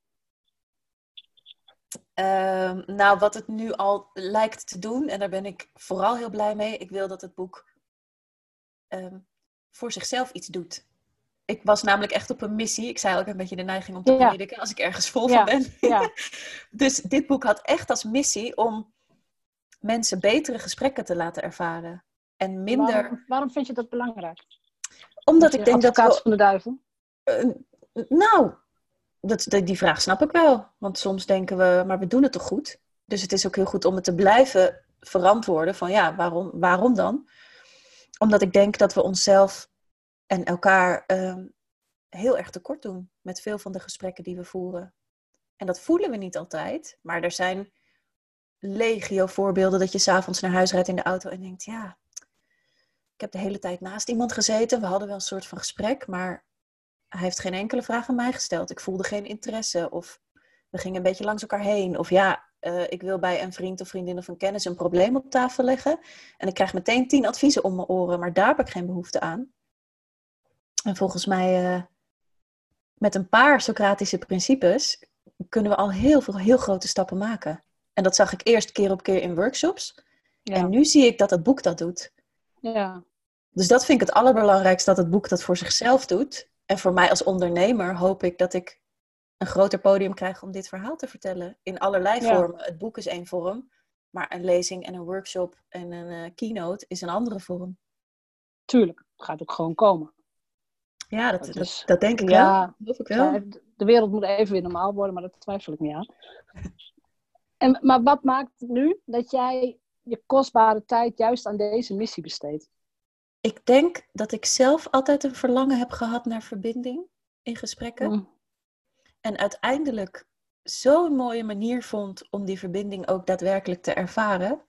Nou, wat het nu al lijkt te doen, en daar ben ik vooral heel blij mee. Ik wil dat het boek voor zichzelf iets doet. Ik was namelijk echt op een missie. Ik zei ook een beetje de neiging om te prediken als ik ergens vol van ben. Ja. Dus dit boek had echt als missie om mensen betere gesprekken te laten ervaren. En minder... Waarom vind je dat belangrijk? Omdat ik denk dat... Advocaat van de duivel? Nou, die vraag snap ik wel. Want soms denken we, maar we doen het toch goed? Dus het is ook heel goed om het te blijven verantwoorden van ja, waarom dan? Omdat ik denk dat we onszelf en elkaar heel erg tekort doen met veel van de gesprekken die we voeren. En dat voelen we niet altijd, maar er zijn legio voorbeelden dat je 's avonds naar huis rijdt in de auto en denkt, ja, ik heb de hele tijd naast iemand gezeten. We hadden wel een soort van gesprek, maar hij heeft geen enkele vraag aan mij gesteld. Ik voelde geen interesse of we gingen een beetje langs elkaar heen. Of ik wil bij een vriend of vriendin of een kennis een probleem op tafel leggen. En ik krijg meteen 10 adviezen om mijn oren, maar daar heb ik geen behoefte aan. En volgens mij, met een paar Socratische principes, kunnen we al heel veel heel grote stappen maken. En dat zag ik eerst keer op keer in workshops. Ja. En nu zie ik dat het boek dat doet. Ja. Dus dat vind ik het allerbelangrijkste, dat het boek dat voor zichzelf doet. En voor mij als ondernemer hoop ik dat ik een groter podium krijgen om dit verhaal te vertellen. In allerlei vormen. Het boek is één vorm, maar een lezing en een workshop en een keynote is een andere vorm. Tuurlijk, het gaat ook gewoon komen. Ja, dat denk ik wel. Dat geloof ik wel. De wereld moet even weer normaal worden, maar dat twijfel ik niet aan. Maar wat maakt het nu dat jij je kostbare tijd juist aan deze missie besteedt? Ik denk dat ik zelf altijd een verlangen heb gehad naar verbinding in gesprekken. En uiteindelijk zo'n mooie manier vond om die verbinding ook daadwerkelijk te ervaren.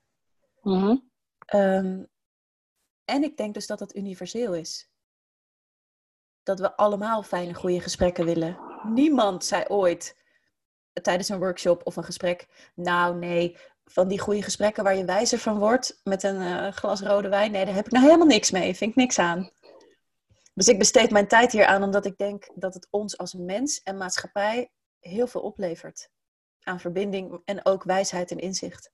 En ik denk dus dat het universeel is. Dat we allemaal fijne, goede gesprekken willen. Niemand zei ooit tijdens een workshop of een gesprek, nou nee, van die goede gesprekken waar je wijzer van wordt met een glas rode wijn, nee, daar heb ik nou helemaal niks mee, vind ik niks aan. Dus ik besteed mijn tijd hier aan omdat ik denk dat het ons als mens en maatschappij heel veel oplevert. Aan verbinding en ook wijsheid en inzicht.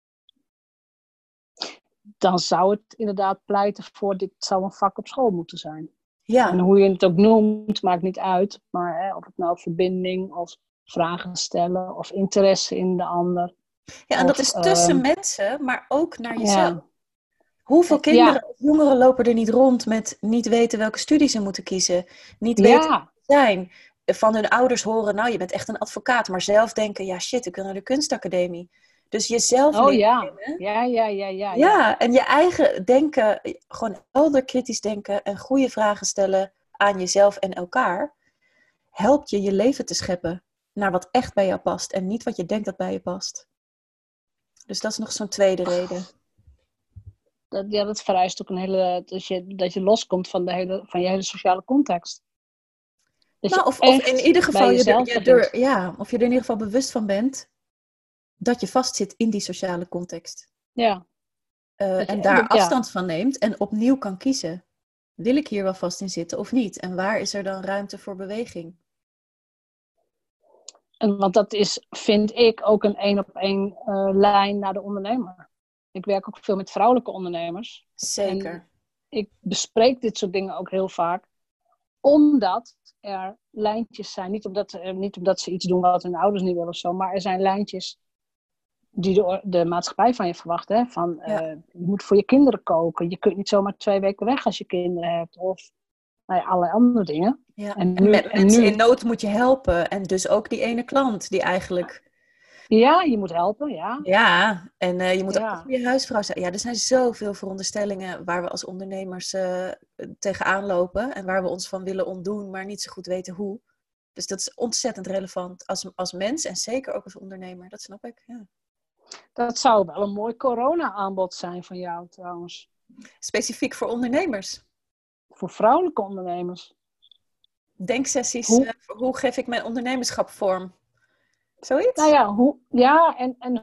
Dan zou het inderdaad pleiten voor dit zou een vak op school moeten zijn. Ja. En hoe je het ook noemt, maakt niet uit. Maar of het nou verbinding of vragen stellen of interesse in de ander. Ja, en dat is tussen mensen, maar ook naar jezelf. Ja. Hoeveel kinderen of jongeren lopen er niet rond met niet weten welke studie ze moeten kiezen. Niet weten wie ze zijn. Van hun ouders horen, nou je bent echt een advocaat. Maar zelf denken, ja shit, ik wil naar de kunstacademie. Dus jezelf leren kennen. Ja, en je eigen denken, gewoon helder kritisch denken en goede vragen stellen aan jezelf en elkaar, helpt je je leven te scheppen naar wat echt bij jou past en niet wat je denkt dat bij je past. Dus dat is nog zo'n tweede reden. Dat vereist ook een hele, dat je loskomt van je hele sociale context. Of in ieder geval of je er in ieder geval bewust van bent dat je vastzit in die sociale context. Ja. En daar afstand van neemt en opnieuw kan kiezen. Wil ik hier wel vast in zitten of niet? En waar is er dan ruimte voor beweging? Want dat is, vind ik, ook een 1-op-1 lijn naar de ondernemer. Ik werk ook veel met vrouwelijke ondernemers. Zeker. En ik bespreek dit soort dingen ook heel vaak. Omdat er lijntjes zijn. Niet omdat ze iets doen wat hun ouders niet willen of zo. Maar er zijn lijntjes die de maatschappij van je verwacht. Hè? Je moet voor je kinderen koken. Je kunt niet zomaar 2 weken weg als je kinderen hebt. Of allerlei andere dingen. Ja. En mensen in nood moet je helpen. En dus ook die ene klant die eigenlijk... Ja, je moet helpen, ja. Ja, en je moet ook een goede huisvrouw zijn. Ja, er zijn zoveel veronderstellingen waar we als ondernemers tegenaan lopen. En waar we ons van willen ontdoen, maar niet zo goed weten hoe. Dus dat is ontzettend relevant als mens en zeker ook als ondernemer. Dat snap ik, ja. Dat zou wel een mooi corona-aanbod zijn van jou trouwens. Specifiek voor ondernemers? Voor vrouwelijke ondernemers. Denksessies, hoe geef ik mijn ondernemerschap vorm? Zoiets? Nou ja,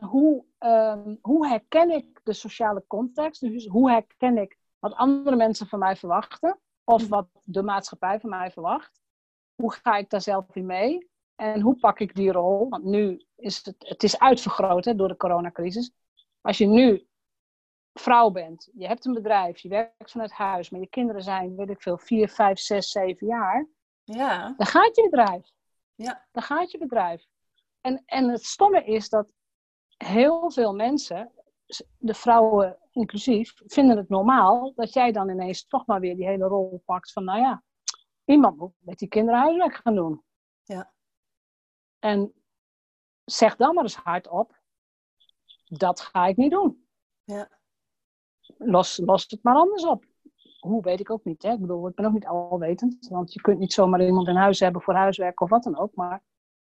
hoe herken ik de sociale context? Dus hoe herken ik wat andere mensen van mij verwachten? Of wat de maatschappij van mij verwacht? Hoe ga ik daar zelf in mee? En hoe pak ik die rol? Want nu is het is uitvergroot door de coronacrisis. Als je nu vrouw bent, je hebt een bedrijf, je werkt vanuit huis, maar je kinderen zijn, weet ik veel, 4, 5, 6, 7 jaar. Ja. Dan gaat je bedrijf. Ja. Dan gaat je bedrijf. En het stomme is dat heel veel mensen, de vrouwen inclusief, vinden het normaal dat jij dan ineens toch maar weer die hele rol pakt van, iemand moet met die kinderen huiswerk gaan doen. Ja. En zeg dan maar eens hardop, dat ga ik niet doen. Ja. Los het maar anders op. Hoe, weet ik ook niet. Hè? Ik bedoel, ik ben ook niet alwetend. Want je kunt niet zomaar iemand in huis hebben voor huiswerk of wat dan ook. Maar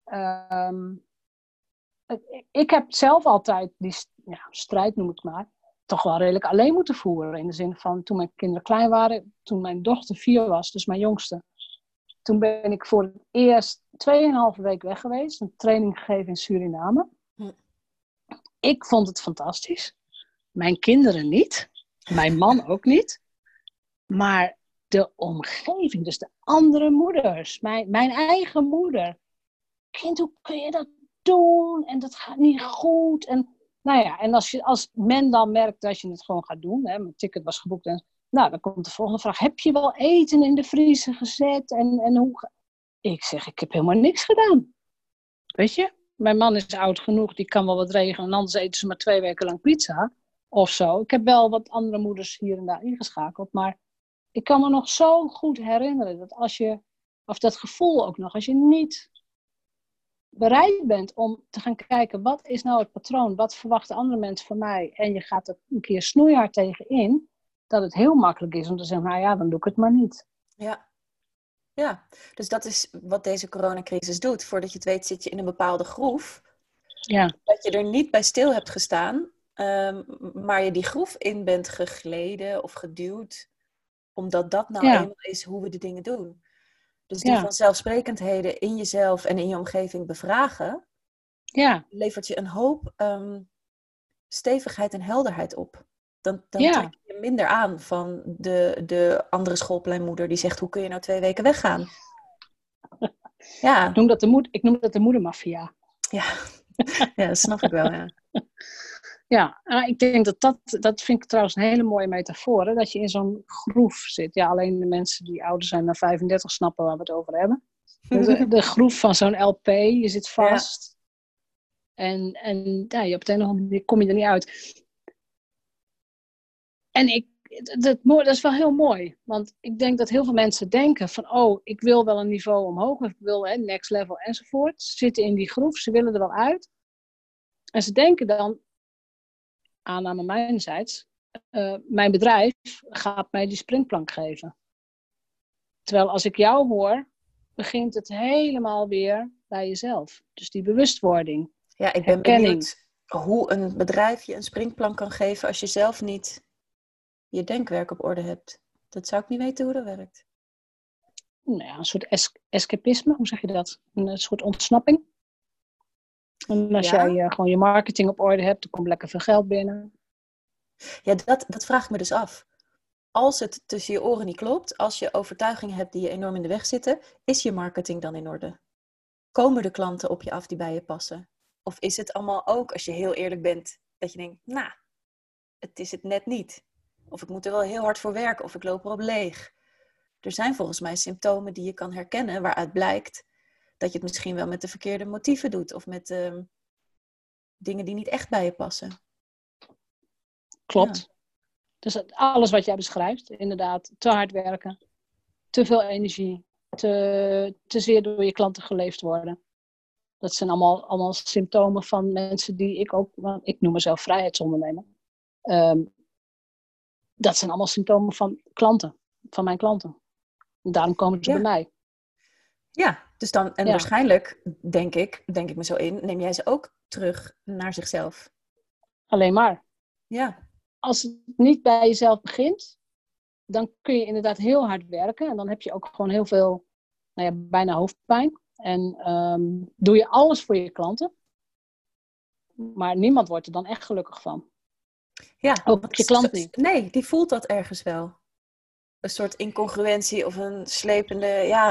ik heb zelf altijd die strijd, noem ik maar, toch wel redelijk alleen moeten voeren. In de zin van, toen mijn kinderen klein waren, toen mijn dochter 4 was, dus mijn jongste. Toen ben ik voor het eerst 2,5 week weg geweest. Een training gegeven in Suriname. Ik vond het fantastisch. Mijn kinderen niet. Mijn man ook niet. Maar de omgeving, dus de andere moeders. Mijn eigen moeder. Kind, hoe kun je dat doen? En dat gaat niet goed. En en als men dan merkt dat je het gewoon gaat doen. Hè, mijn ticket was geboekt. En, dan komt de volgende vraag. Heb je wel eten in de vriezer gezet? En hoe... Ik zeg, ik heb helemaal niks gedaan. weet je, mijn man is oud genoeg, die kan wel wat regelen. En anders eten ze maar 2 weken lang pizza of zo. Ik heb wel wat andere moeders hier en daar ingeschakeld. Maar ik kan me nog zo goed herinneren dat of dat gevoel ook nog, als je niet bereid bent om te gaan kijken, wat is nou het patroon? Wat verwachten andere mensen van mij? En je gaat er een keer snoeihard tegen in, dat het heel makkelijk is om te zeggen, nou ja, dan doe ik het maar niet. Ja. Ja, dus dat is wat deze coronacrisis doet. Voordat je het weet zit je in een bepaalde groef. Ja. Dat je er niet bij stil hebt gestaan, maar je die groef in bent gegleden of geduwd. Omdat dat nou eenmaal is hoe we de dingen doen. Dus die vanzelfsprekendheden in jezelf en in je omgeving bevragen, levert je een hoop stevigheid en helderheid op. Dan trek je minder aan van de andere schoolpleinmoeder die zegt, hoe kun je nou 2 weken weggaan? Ja. Ik noem dat de moedermafia. Ja. Ja, dat snap ik wel, ja. Ja, ik denk dat vind ik trouwens een hele mooie metafoor, hè? Dat je in zo'n groef zit. Ja, alleen de mensen die ouder zijn dan 35 snappen waar we het over hebben. De groef van zo'n LP, je zit vast. Ja. En ja, op de een of andere manier kom je er niet uit. En dat is wel heel mooi. Want ik denk dat heel veel mensen denken van, ik wil wel een niveau omhoog. Of ik wil next level enzovoort. Ze zitten in die groef, ze willen er wel uit. En ze denken dan, aanname mijnerzijds, mijn bedrijf gaat mij die springplank geven. Terwijl als ik jou hoor, begint het helemaal weer bij jezelf. Dus die bewustwording. Ja, ik ben benieuwd hoe een bedrijf je een springplank kan geven als je zelf niet je denkwerk op orde hebt. Dat zou ik niet weten hoe dat werkt. Nou ja, een soort escapisme, hoe zeg je dat? Een soort ontsnapping. En als jij gewoon je marketing op orde hebt, dan komt lekker veel geld binnen. Ja, dat vraag ik me dus af. Als het tussen je oren niet klopt, als je overtuigingen hebt die je enorm in de weg zitten, is je marketing dan in orde? Komen de klanten op je af die bij je passen? Of is het allemaal ook, als je heel eerlijk bent, dat je denkt, het is het net niet. Of ik moet er wel heel hard voor werken, of ik loop erop leeg. Er zijn volgens mij symptomen die je kan herkennen, waaruit blijkt dat je het misschien wel met de verkeerde motieven doet. Of met dingen die niet echt bij je passen. Klopt. Ja. Dus alles wat jij beschrijft, inderdaad, te hard werken, te veel energie, te zeer door je klanten geleefd worden. Dat zijn allemaal symptomen van mensen die ik noem mezelf vrijheidsondernemer. Dat zijn allemaal symptomen van klanten, van mijn klanten. En daarom komen ze bij mij. Ja, dus dan, en waarschijnlijk, denk ik me zo in, neem jij ze ook terug naar zichzelf. Alleen maar. Ja. Als het niet bij jezelf begint, dan kun je inderdaad heel hard werken. En dan heb je ook gewoon heel veel, bijna hoofdpijn. En doe je alles voor je klanten. Maar niemand wordt er dan echt gelukkig van. Ja, ook je klant niet. Nee, die voelt dat ergens wel. Een soort incongruentie of een slepende,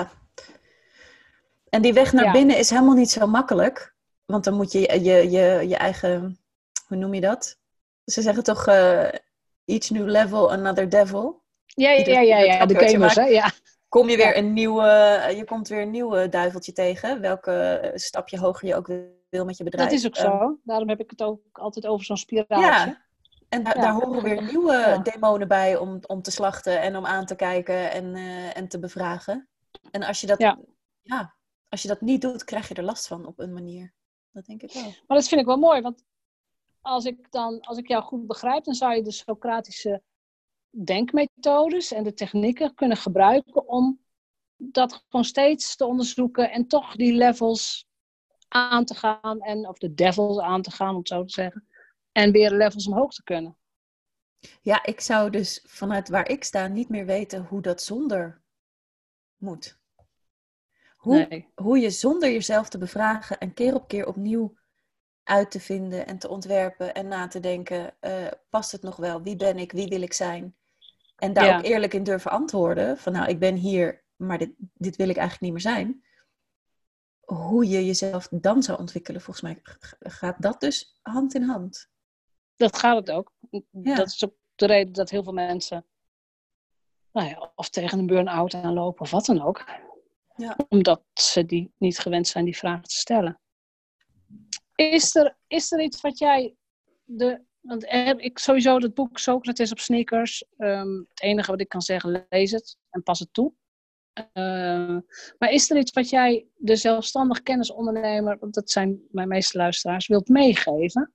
En die weg naar binnen is helemaal niet zo makkelijk. Want dan moet je eigen, hoe noem je dat? Ze zeggen toch, each new level, another devil. Ja, de gamers, hè? Ja. Kom je weer je komt weer een nieuw duiveltje tegen. Welke stapje hoger je ook wil met je bedrijf. Dat is ook zo. Daarom heb ik het ook altijd over zo'n spiraaltje. Ja, en daar horen weer nieuwe demonen bij om te slachten en om aan te kijken en te bevragen. En als je als je dat niet doet, krijg je er last van op een manier. Dat denk ik wel. Maar dat vind ik wel mooi, want als ik jou goed begrijp, dan zou je de Socratische denkmethodes en de technieken kunnen gebruiken om dat gewoon steeds te onderzoeken en toch die levels aan te gaan, of de devils aan te gaan, om het zo te zeggen, en weer levels omhoog te kunnen. Ja, ik zou dus vanuit waar ik sta niet meer weten hoe dat zonder moet. Hoe je zonder jezelf te bevragen en keer op keer opnieuw uit te vinden en te ontwerpen en na te denken, past het nog wel? Wie ben ik? Wie wil ik zijn? En daar ook eerlijk in durven antwoorden van ik ben hier, maar dit wil ik eigenlijk niet meer zijn. Hoe je jezelf dan zou ontwikkelen, volgens mij gaat dat dus hand in hand. Dat gaat het ook. Ja. Dat is ook de reden dat heel veel mensen of tegen een burn-out aanlopen of wat dan ook. Ja. Omdat ze die niet gewend zijn die vraag te stellen. Is er iets wat jij... Want ik sowieso dat boek Socrates op sneakers. Het enige wat ik kan zeggen, lees het en pas het toe. Maar is er iets wat jij de zelfstandig kennisondernemer, want dat zijn mijn meeste luisteraars, wilt meegeven?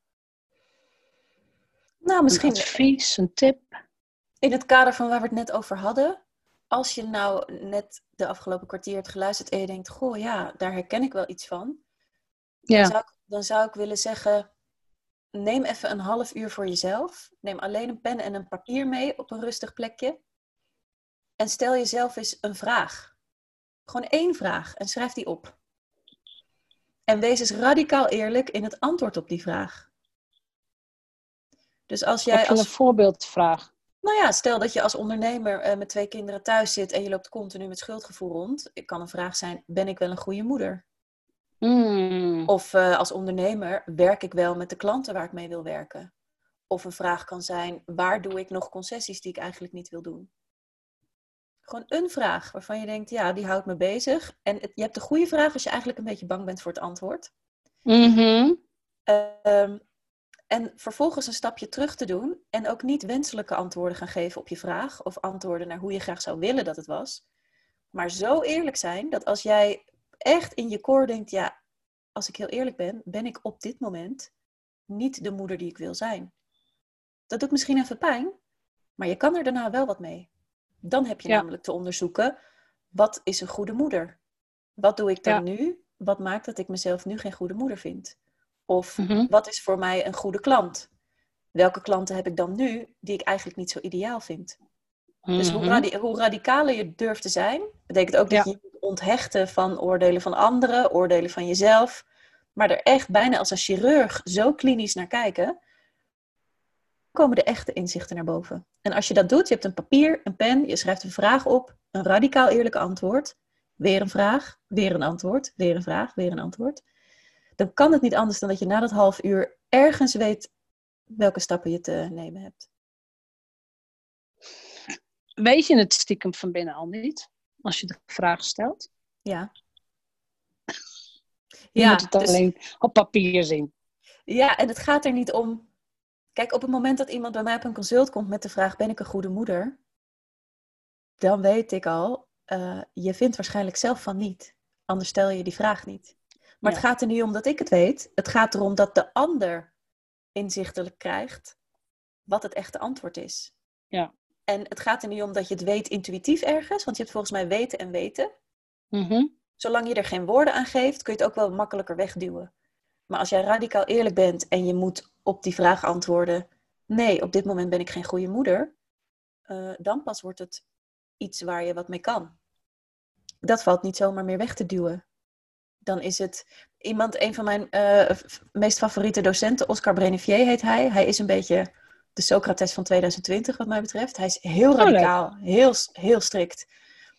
Nou, Een misschien advies, een tip? in het kader van waar we het net over hadden. Als je nou net de afgelopen kwartier hebt geluisterd en je denkt, goh ja, daar herken ik wel iets van. Ja. Dan zou ik willen zeggen, neem even een half uur voor jezelf. Neem alleen een pen en een papier mee op een rustig plekje. En stel jezelf eens een vraag. Gewoon 1 vraag en schrijf die op. En wees eens radicaal eerlijk in het antwoord op die vraag. Dus als jij Heb je een voorbeeldvraag? Nou ja, stel dat je als ondernemer met 2 kinderen thuis zit en je loopt continu met schuldgevoel rond. Het kan een vraag zijn, ben ik wel een goede moeder? Of als ondernemer, werk ik wel met de klanten waar ik mee wil werken? Of een vraag kan zijn, waar doe ik nog concessies die ik eigenlijk niet wil doen? Gewoon een vraag waarvan je denkt, ja, die houdt me bezig. En je hebt de goede vraag als je eigenlijk een beetje bang bent voor het antwoord. En vervolgens een stapje terug te doen en ook niet wenselijke antwoorden gaan geven op je vraag of antwoorden naar hoe je graag zou willen dat het was. Maar zo eerlijk zijn dat als jij echt in je core denkt, ja, als ik heel eerlijk ben, ben ik op dit moment niet de moeder die ik wil zijn. Dat doet misschien even pijn, maar je kan er daarna wel wat mee. Dan heb je namelijk te onderzoeken, wat is een goede moeder? Wat doe ik dan nu? Wat maakt dat ik mezelf nu geen goede moeder vind? Of wat is voor mij een goede klant? Welke klanten heb ik dan nu die ik eigenlijk niet zo ideaal vind? Dus hoe radicaler je durft te zijn, betekent ook dat je je moet onthechten van oordelen van anderen, oordelen van jezelf. Maar er echt bijna als een chirurg zo klinisch naar kijken, komen de echte inzichten naar boven. En als je dat doet, je hebt een papier, een pen, je schrijft een vraag op, een radicaal eerlijk antwoord, weer een vraag, weer een antwoord, weer een vraag, weer een antwoord. Dan kan het niet anders dan dat je na dat half uur ergens weet welke stappen je te nemen hebt. Weet je het stiekem van binnen al niet? Als je de vraag stelt? Ja. Je moet het alleen op papier zien. Ja, en het gaat er niet om... Kijk, op het moment dat iemand bij mij op een consult komt met de vraag, ben ik een goede moeder? Dan weet ik al, je vindt waarschijnlijk zelf van niet. Anders stel je die vraag niet. Maar het gaat er niet om dat ik het weet. Het gaat erom dat de ander inzichtelijk krijgt wat het echte antwoord is. Ja. En het gaat er niet om dat je het weet intuïtief ergens, want je hebt volgens mij weten en weten. Zolang je er geen woorden aan geeft, kun je het ook wel makkelijker wegduwen. Maar als jij radicaal eerlijk bent en je moet op die vraag antwoorden, nee, op dit moment ben ik geen goede moeder, dan pas wordt het iets waar je wat mee kan. Dat valt niet zomaar meer weg te duwen. Dan is het een van mijn meest favoriete docenten, Oscar Brenevier heet hij. Hij is een beetje de Socrates van 2020 wat mij betreft. Hij is heel radicaal, heel strikt.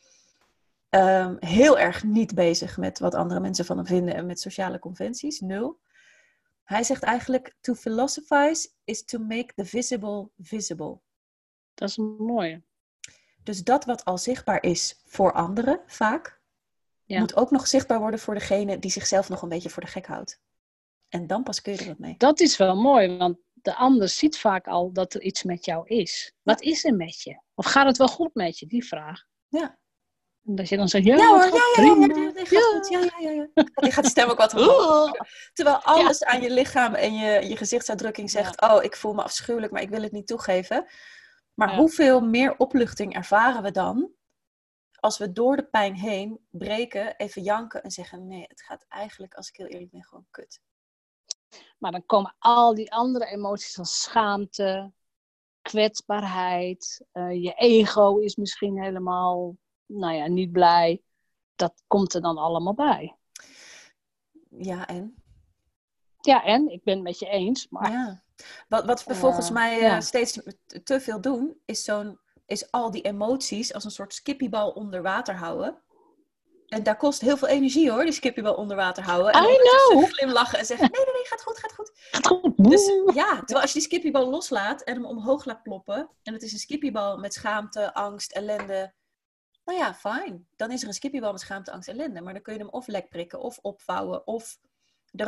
Heel erg niet bezig met wat andere mensen van hem vinden en met sociale conventies. 0. Hij zegt eigenlijk, to philosophize is to make the visible visible. Dat is een mooie. Dus dat wat al zichtbaar is voor anderen, vaak, moet ook nog zichtbaar worden voor degene die zichzelf nog een beetje voor de gek houdt. En dan pas kun je er wat mee. Dat is wel mooi, want de ander ziet vaak al dat er iets met jou is. Wat is er met je? Of gaat het wel goed met je? Die vraag. Ja. Dat je dan zegt, ja, gaat goed. Ja. Die gaat de stem ook wat omhoog. Terwijl alles aan je lichaam en je gezichtsuitdrukking zegt, oh, ik voel me afschuwelijk, maar ik wil het niet toegeven. Maar hoeveel meer opluchting ervaren we dan als we door de pijn heen breken, even janken en zeggen, nee, het gaat eigenlijk, als ik heel eerlijk ben, gewoon kut. Maar dan komen al die andere emoties als schaamte, kwetsbaarheid, je ego is misschien helemaal, niet blij. Dat komt er dan allemaal bij. Ja, en? Ja, en? Ik ben het met je eens. Maar... Ja. Wat we volgens mij steeds te veel doen, is al die emoties als een soort skippybal onder water houden. En daar kost heel veel energie hoor, die skippybal onder water houden. En ondertussen glimlachen en zeggen, nee, gaat goed. Dus ja, terwijl als je die skippybal loslaat en hem omhoog laat ploppen, en het is een skippybal met schaamte, angst, ellende. Nou ja, fijn. Dan is er een skippybal met schaamte, angst, ellende. Maar dan kun je hem of lek prikken, of opvouwen, of er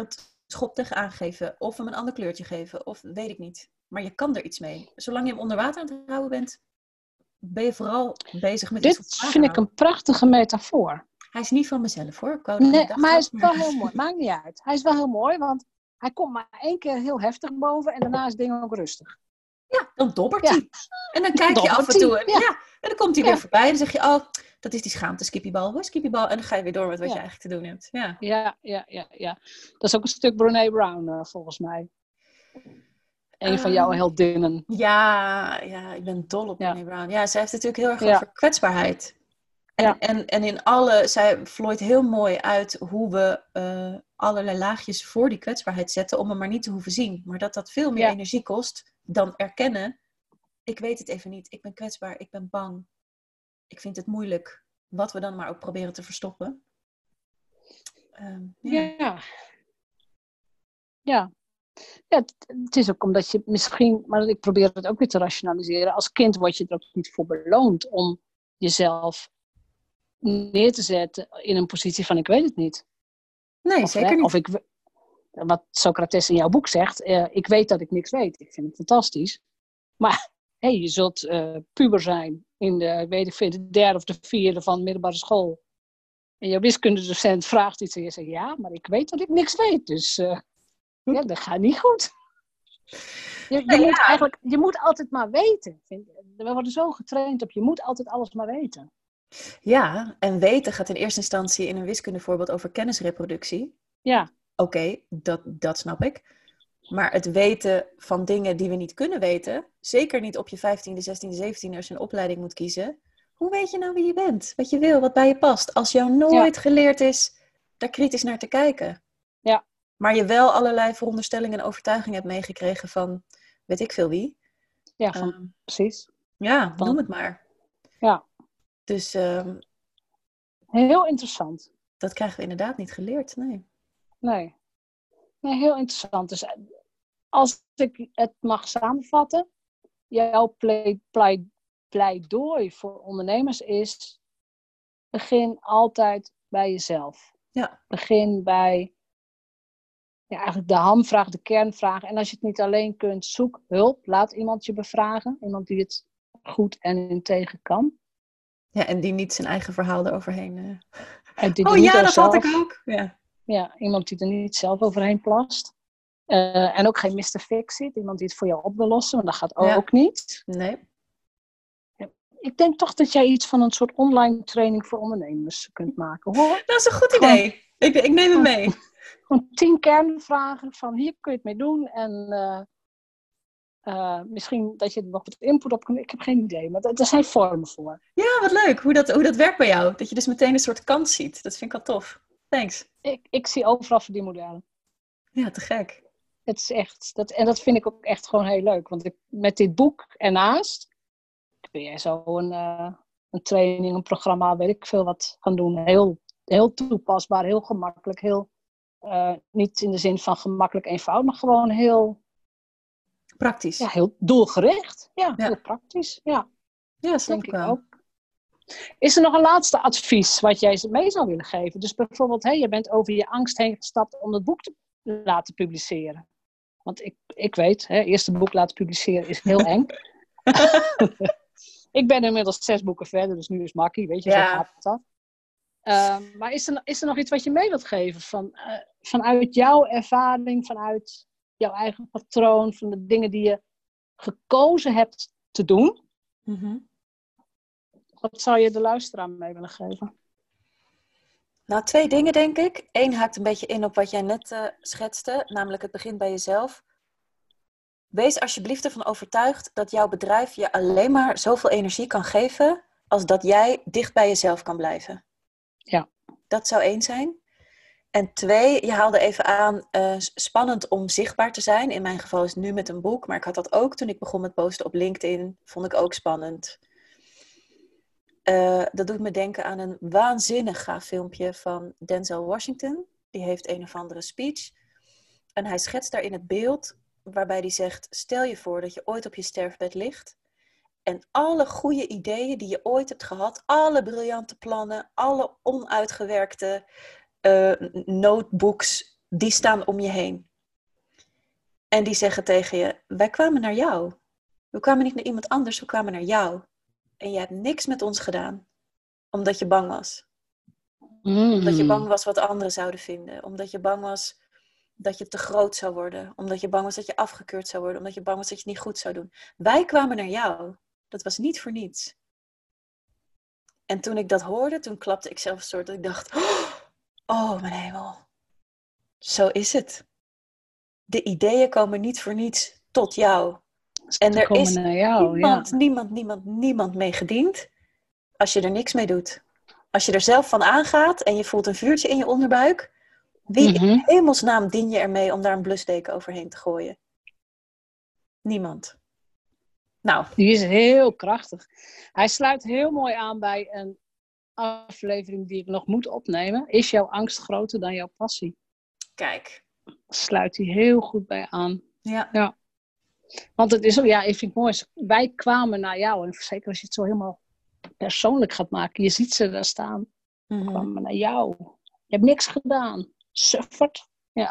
schop tegenaan geven. Of hem een ander kleurtje geven. Of weet ik niet. Maar je kan er iets mee. Zolang je hem onder water aan het houden bent, ben je vooral bezig met iets Dit van het water vind ik houden. een prachtige metafoor. Hij is niet van mezelf hoor. Ik wou dat je Nee, dacht maar hij dat, is wel heel mooi. Maakt niet uit. Hij is wel heel mooi, want hij komt maar 1 keer heel heftig boven en daarna is het ding ook rustig. Ja, dan dobbert Ja. hij. En dan kijk je af en toe. En, en dan komt hij weer voorbij. En dan zeg je, oh, dat is die schaamte, skippiebal. Hoor, skippiebal. En dan ga je weer door met wat je eigenlijk te doen hebt. Ja. Dat is ook een stuk Brené Brown, volgens mij. Een van jouw heldinnen. Ja, ik ben dol op Brené Brown. Ja, zij heeft het natuurlijk heel erg over kwetsbaarheid. En in zij vlooit heel mooi uit hoe we allerlei laagjes voor die kwetsbaarheid zetten om hem maar niet te hoeven zien. Maar dat veel meer energie kost dan erkennen. Ik weet het even niet. Ik ben kwetsbaar. Ik ben bang. Ik vind het moeilijk. Wat we dan maar ook proberen te verstoppen. Het is ook omdat je misschien, maar ik probeer het ook weer te rationaliseren. Als kind word je er ook niet voor beloond om jezelf neer te zetten in een positie van ik weet het niet. Nee, zeker niet. Wat Socrates in jouw boek zegt, ik weet dat ik niks weet. Ik vind het fantastisch. Maar je zult puber zijn in de derde of de vierde van de middelbare school. En jouw wiskundedocent vraagt iets en je zegt ja, maar ik weet dat ik niks weet. Dus dat gaat niet goed. Je moet altijd maar weten. We worden zo getraind op je moet altijd alles maar weten. Ja, en weten gaat in eerste instantie in een wiskundevoorbeeld over kennisreproductie. Ja. Oké, dat snap ik. Maar het weten van dingen die we niet kunnen weten, zeker niet op je 15e, 16e, 17e als je een opleiding moet kiezen. Hoe weet je nou wie je bent? Wat je wil, wat bij je past? Als jou nooit geleerd is daar kritisch naar te kijken. Ja. Maar je wel allerlei veronderstellingen en overtuigingen hebt meegekregen van weet ik veel wie. Ja, precies. Ja, noem het maar. Ja. Dus heel interessant. Dat krijgen we inderdaad niet geleerd, Nee, heel interessant. Dus als ik het mag samenvatten, jouw pleidooi voor ondernemers is, begin altijd bij jezelf. Ja. Begin bij eigenlijk de hamvraag, de kernvraag. En als je het niet alleen kunt, zoek hulp. Laat iemand je bevragen. Iemand die het goed en integer kan. Ja, en die niet zijn eigen verhaal eroverheen... dat had ik ook. Ja, iemand die er niet zelf overheen plast. En ook geen Mr. Fix-It. Iemand die het voor jou op wil lossen. Want dat gaat ook niet. Nee. Ik denk toch dat jij iets van een soort online training voor ondernemers kunt maken, hoor. Dat is een goed idee. Ik neem hem mee. Gewoon 10 kernvragen van hier kun je het mee doen. En misschien dat je er nog wat input op kunt. Ik heb geen idee, maar er zijn vormen voor. Ja, wat leuk. Hoe dat werkt bij jou. Dat je dus meteen een soort kans ziet. Dat vind ik wel tof. Thanks. Ik zie overal verdienmodellen. Ja, te gek. Het is echt, en dat vind ik ook echt gewoon heel leuk. Want met dit boek ernaast kun jij zo een training, een programma, weet ik veel wat gaan doen. Heel, heel toepasbaar, heel gemakkelijk. Heel, niet in de zin van gemakkelijk eenvoudig, maar gewoon heel... praktisch. Ja, heel doelgericht. Ja, heel praktisch. Ja, snap ik wel. Ook. Is er nog een laatste advies wat jij ze mee zou willen geven? Dus bijvoorbeeld, je bent over je angst heen gestapt om het boek te laten publiceren. Want ik weet, eerste boek laten publiceren is heel eng. Ik ben inmiddels 6 boeken verder, dus nu is makkie, weet je, zo gaat dat. Maar is er nog iets wat je mee wilt geven vanuit jouw ervaring, vanuit jouw eigen patroon, van de dingen die je gekozen hebt te doen? Mm-hmm. Wat zou je de luisteraar mee willen geven? Nou, 2 dingen denk ik. 1 haakt een beetje in op wat jij net schetste, namelijk het begint bij jezelf. Wees alsjeblieft ervan overtuigd dat jouw bedrijf je alleen maar zoveel energie kan geven als dat jij dicht bij jezelf kan blijven. Ja. Dat zou 1 zijn. En 2, je haalde even aan, spannend om zichtbaar te zijn. In mijn geval is het nu met een boek, maar ik had dat ook toen ik begon met posten op LinkedIn. Vond ik ook spannend. Dat doet me denken aan een waanzinnig gaaf filmpje van Denzel Washington. Die heeft een of andere speech. En hij schetst daarin het beeld waarbij hij zegt, stel je voor dat je ooit op je sterfbed ligt. En alle goede ideeën die je ooit hebt gehad, alle briljante plannen, alle onuitgewerkte notebooks, die staan om je heen. En die zeggen tegen je, wij kwamen naar jou. We kwamen niet naar iemand anders, we kwamen naar jou. En je hebt niks met ons gedaan. Omdat je bang was. Omdat je bang was wat anderen zouden vinden. Omdat je bang was dat je te groot zou worden. Omdat je bang was dat je afgekeurd zou worden. Omdat je bang was dat je het niet goed zou doen. Wij kwamen naar jou. Dat was niet voor niets. En toen ik dat hoorde, toen klapte ik zelf een soort dat ik dacht, oh mijn hemel. Zo is het. De ideeën komen niet voor niets tot jou. En er is niemand mee gediend als je er niks mee doet. Als je er zelf van aangaat en je voelt een vuurtje in je onderbuik, wie in hemelsnaam dien je ermee om daar een blusdeken overheen te gooien? Niemand. Nou. Die is heel krachtig. Hij sluit heel mooi aan bij een aflevering die ik nog moet opnemen. Is jouw angst groter dan jouw passie? Kijk. Sluit hij heel goed bij aan. Ja. Want het is ook, ik vind het mooi. Wij kwamen naar jou. En zeker als je het zo helemaal persoonlijk gaat maken. Je ziet ze daar staan. We kwamen naar jou. Je hebt niks gedaan. Suffert.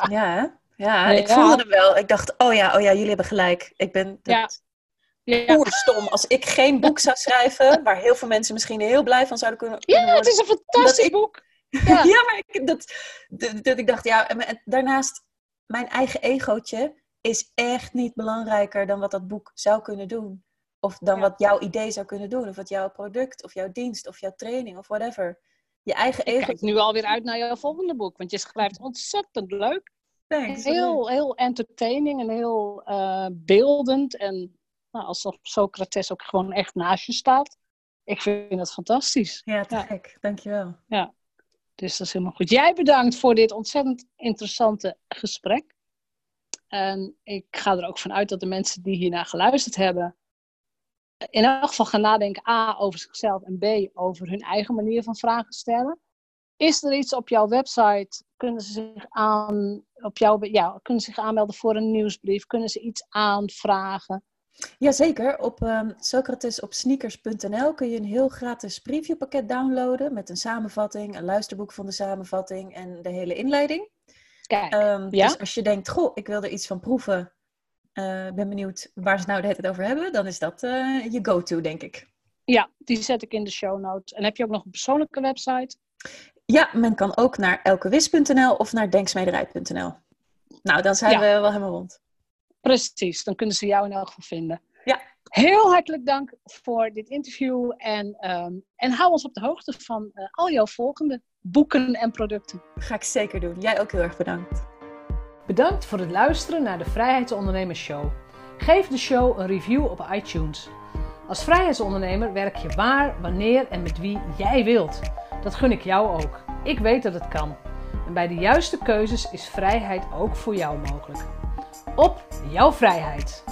Ja, ik voelde het wel. Ik dacht, oh ja, jullie hebben gelijk. Ik ben oerstom. Als ik geen boek zou schrijven, waar heel veel mensen misschien heel blij van zouden kunnen worden. Ja, het is een fantastisch boek. Ja, maar ik dacht, en daarnaast, mijn eigen egootje is echt niet belangrijker dan wat dat boek zou kunnen doen. Of dan wat jouw idee zou kunnen doen. Of wat jouw product, of jouw dienst, of jouw training, of whatever. Je eigen ego. Ik kijk nu alweer uit naar jouw volgende boek. Want je schrijft ontzettend leuk. Thanks. Heel entertaining en heel beeldend. En alsof Socrates ook gewoon echt naast je staat. Ik vind het fantastisch. Ja, te gek. Dankjewel. Ja, dus dat is helemaal goed. Jij bedankt voor dit ontzettend interessante gesprek. En ik ga er ook van uit dat de mensen die hiernaar geluisterd hebben in elk geval gaan nadenken A, over zichzelf en B, over hun eigen manier van vragen stellen. Is er iets op jouw website? Kunnen ze zich aanmelden voor een nieuwsbrief? Kunnen ze iets aanvragen? Jazeker. Op socratesopsneakers.nl kun je een heel gratis previewpakket downloaden met een samenvatting, een luisterboek van de samenvatting en de hele inleiding. Kijk, Dus als je denkt, ik wil er iets van proeven, ben benieuwd waar ze nou de hele tijd over hebben, dan is dat je go-to, denk ik. Ja, die zet ik in de show notes. En heb je ook nog een persoonlijke website? Ja, men kan ook naar elkewis.nl of naar denksmederij.nl. Nou, dan zijn we wel helemaal rond. Precies, dan kunnen ze jou in elk geval vinden. Ja. Heel hartelijk dank voor dit interview. En hou ons op de hoogte van al jouw volgende boeken en producten. Ga ik zeker doen. Jij ook heel erg bedankt. Bedankt voor het luisteren naar de Vrijheidsondernemers Show. Geef de show een review op iTunes. Als vrijheidsondernemer werk je waar, wanneer en met wie jij wilt. Dat gun ik jou ook. Ik weet dat het kan. En bij de juiste keuzes is vrijheid ook voor jou mogelijk. Op jouw vrijheid!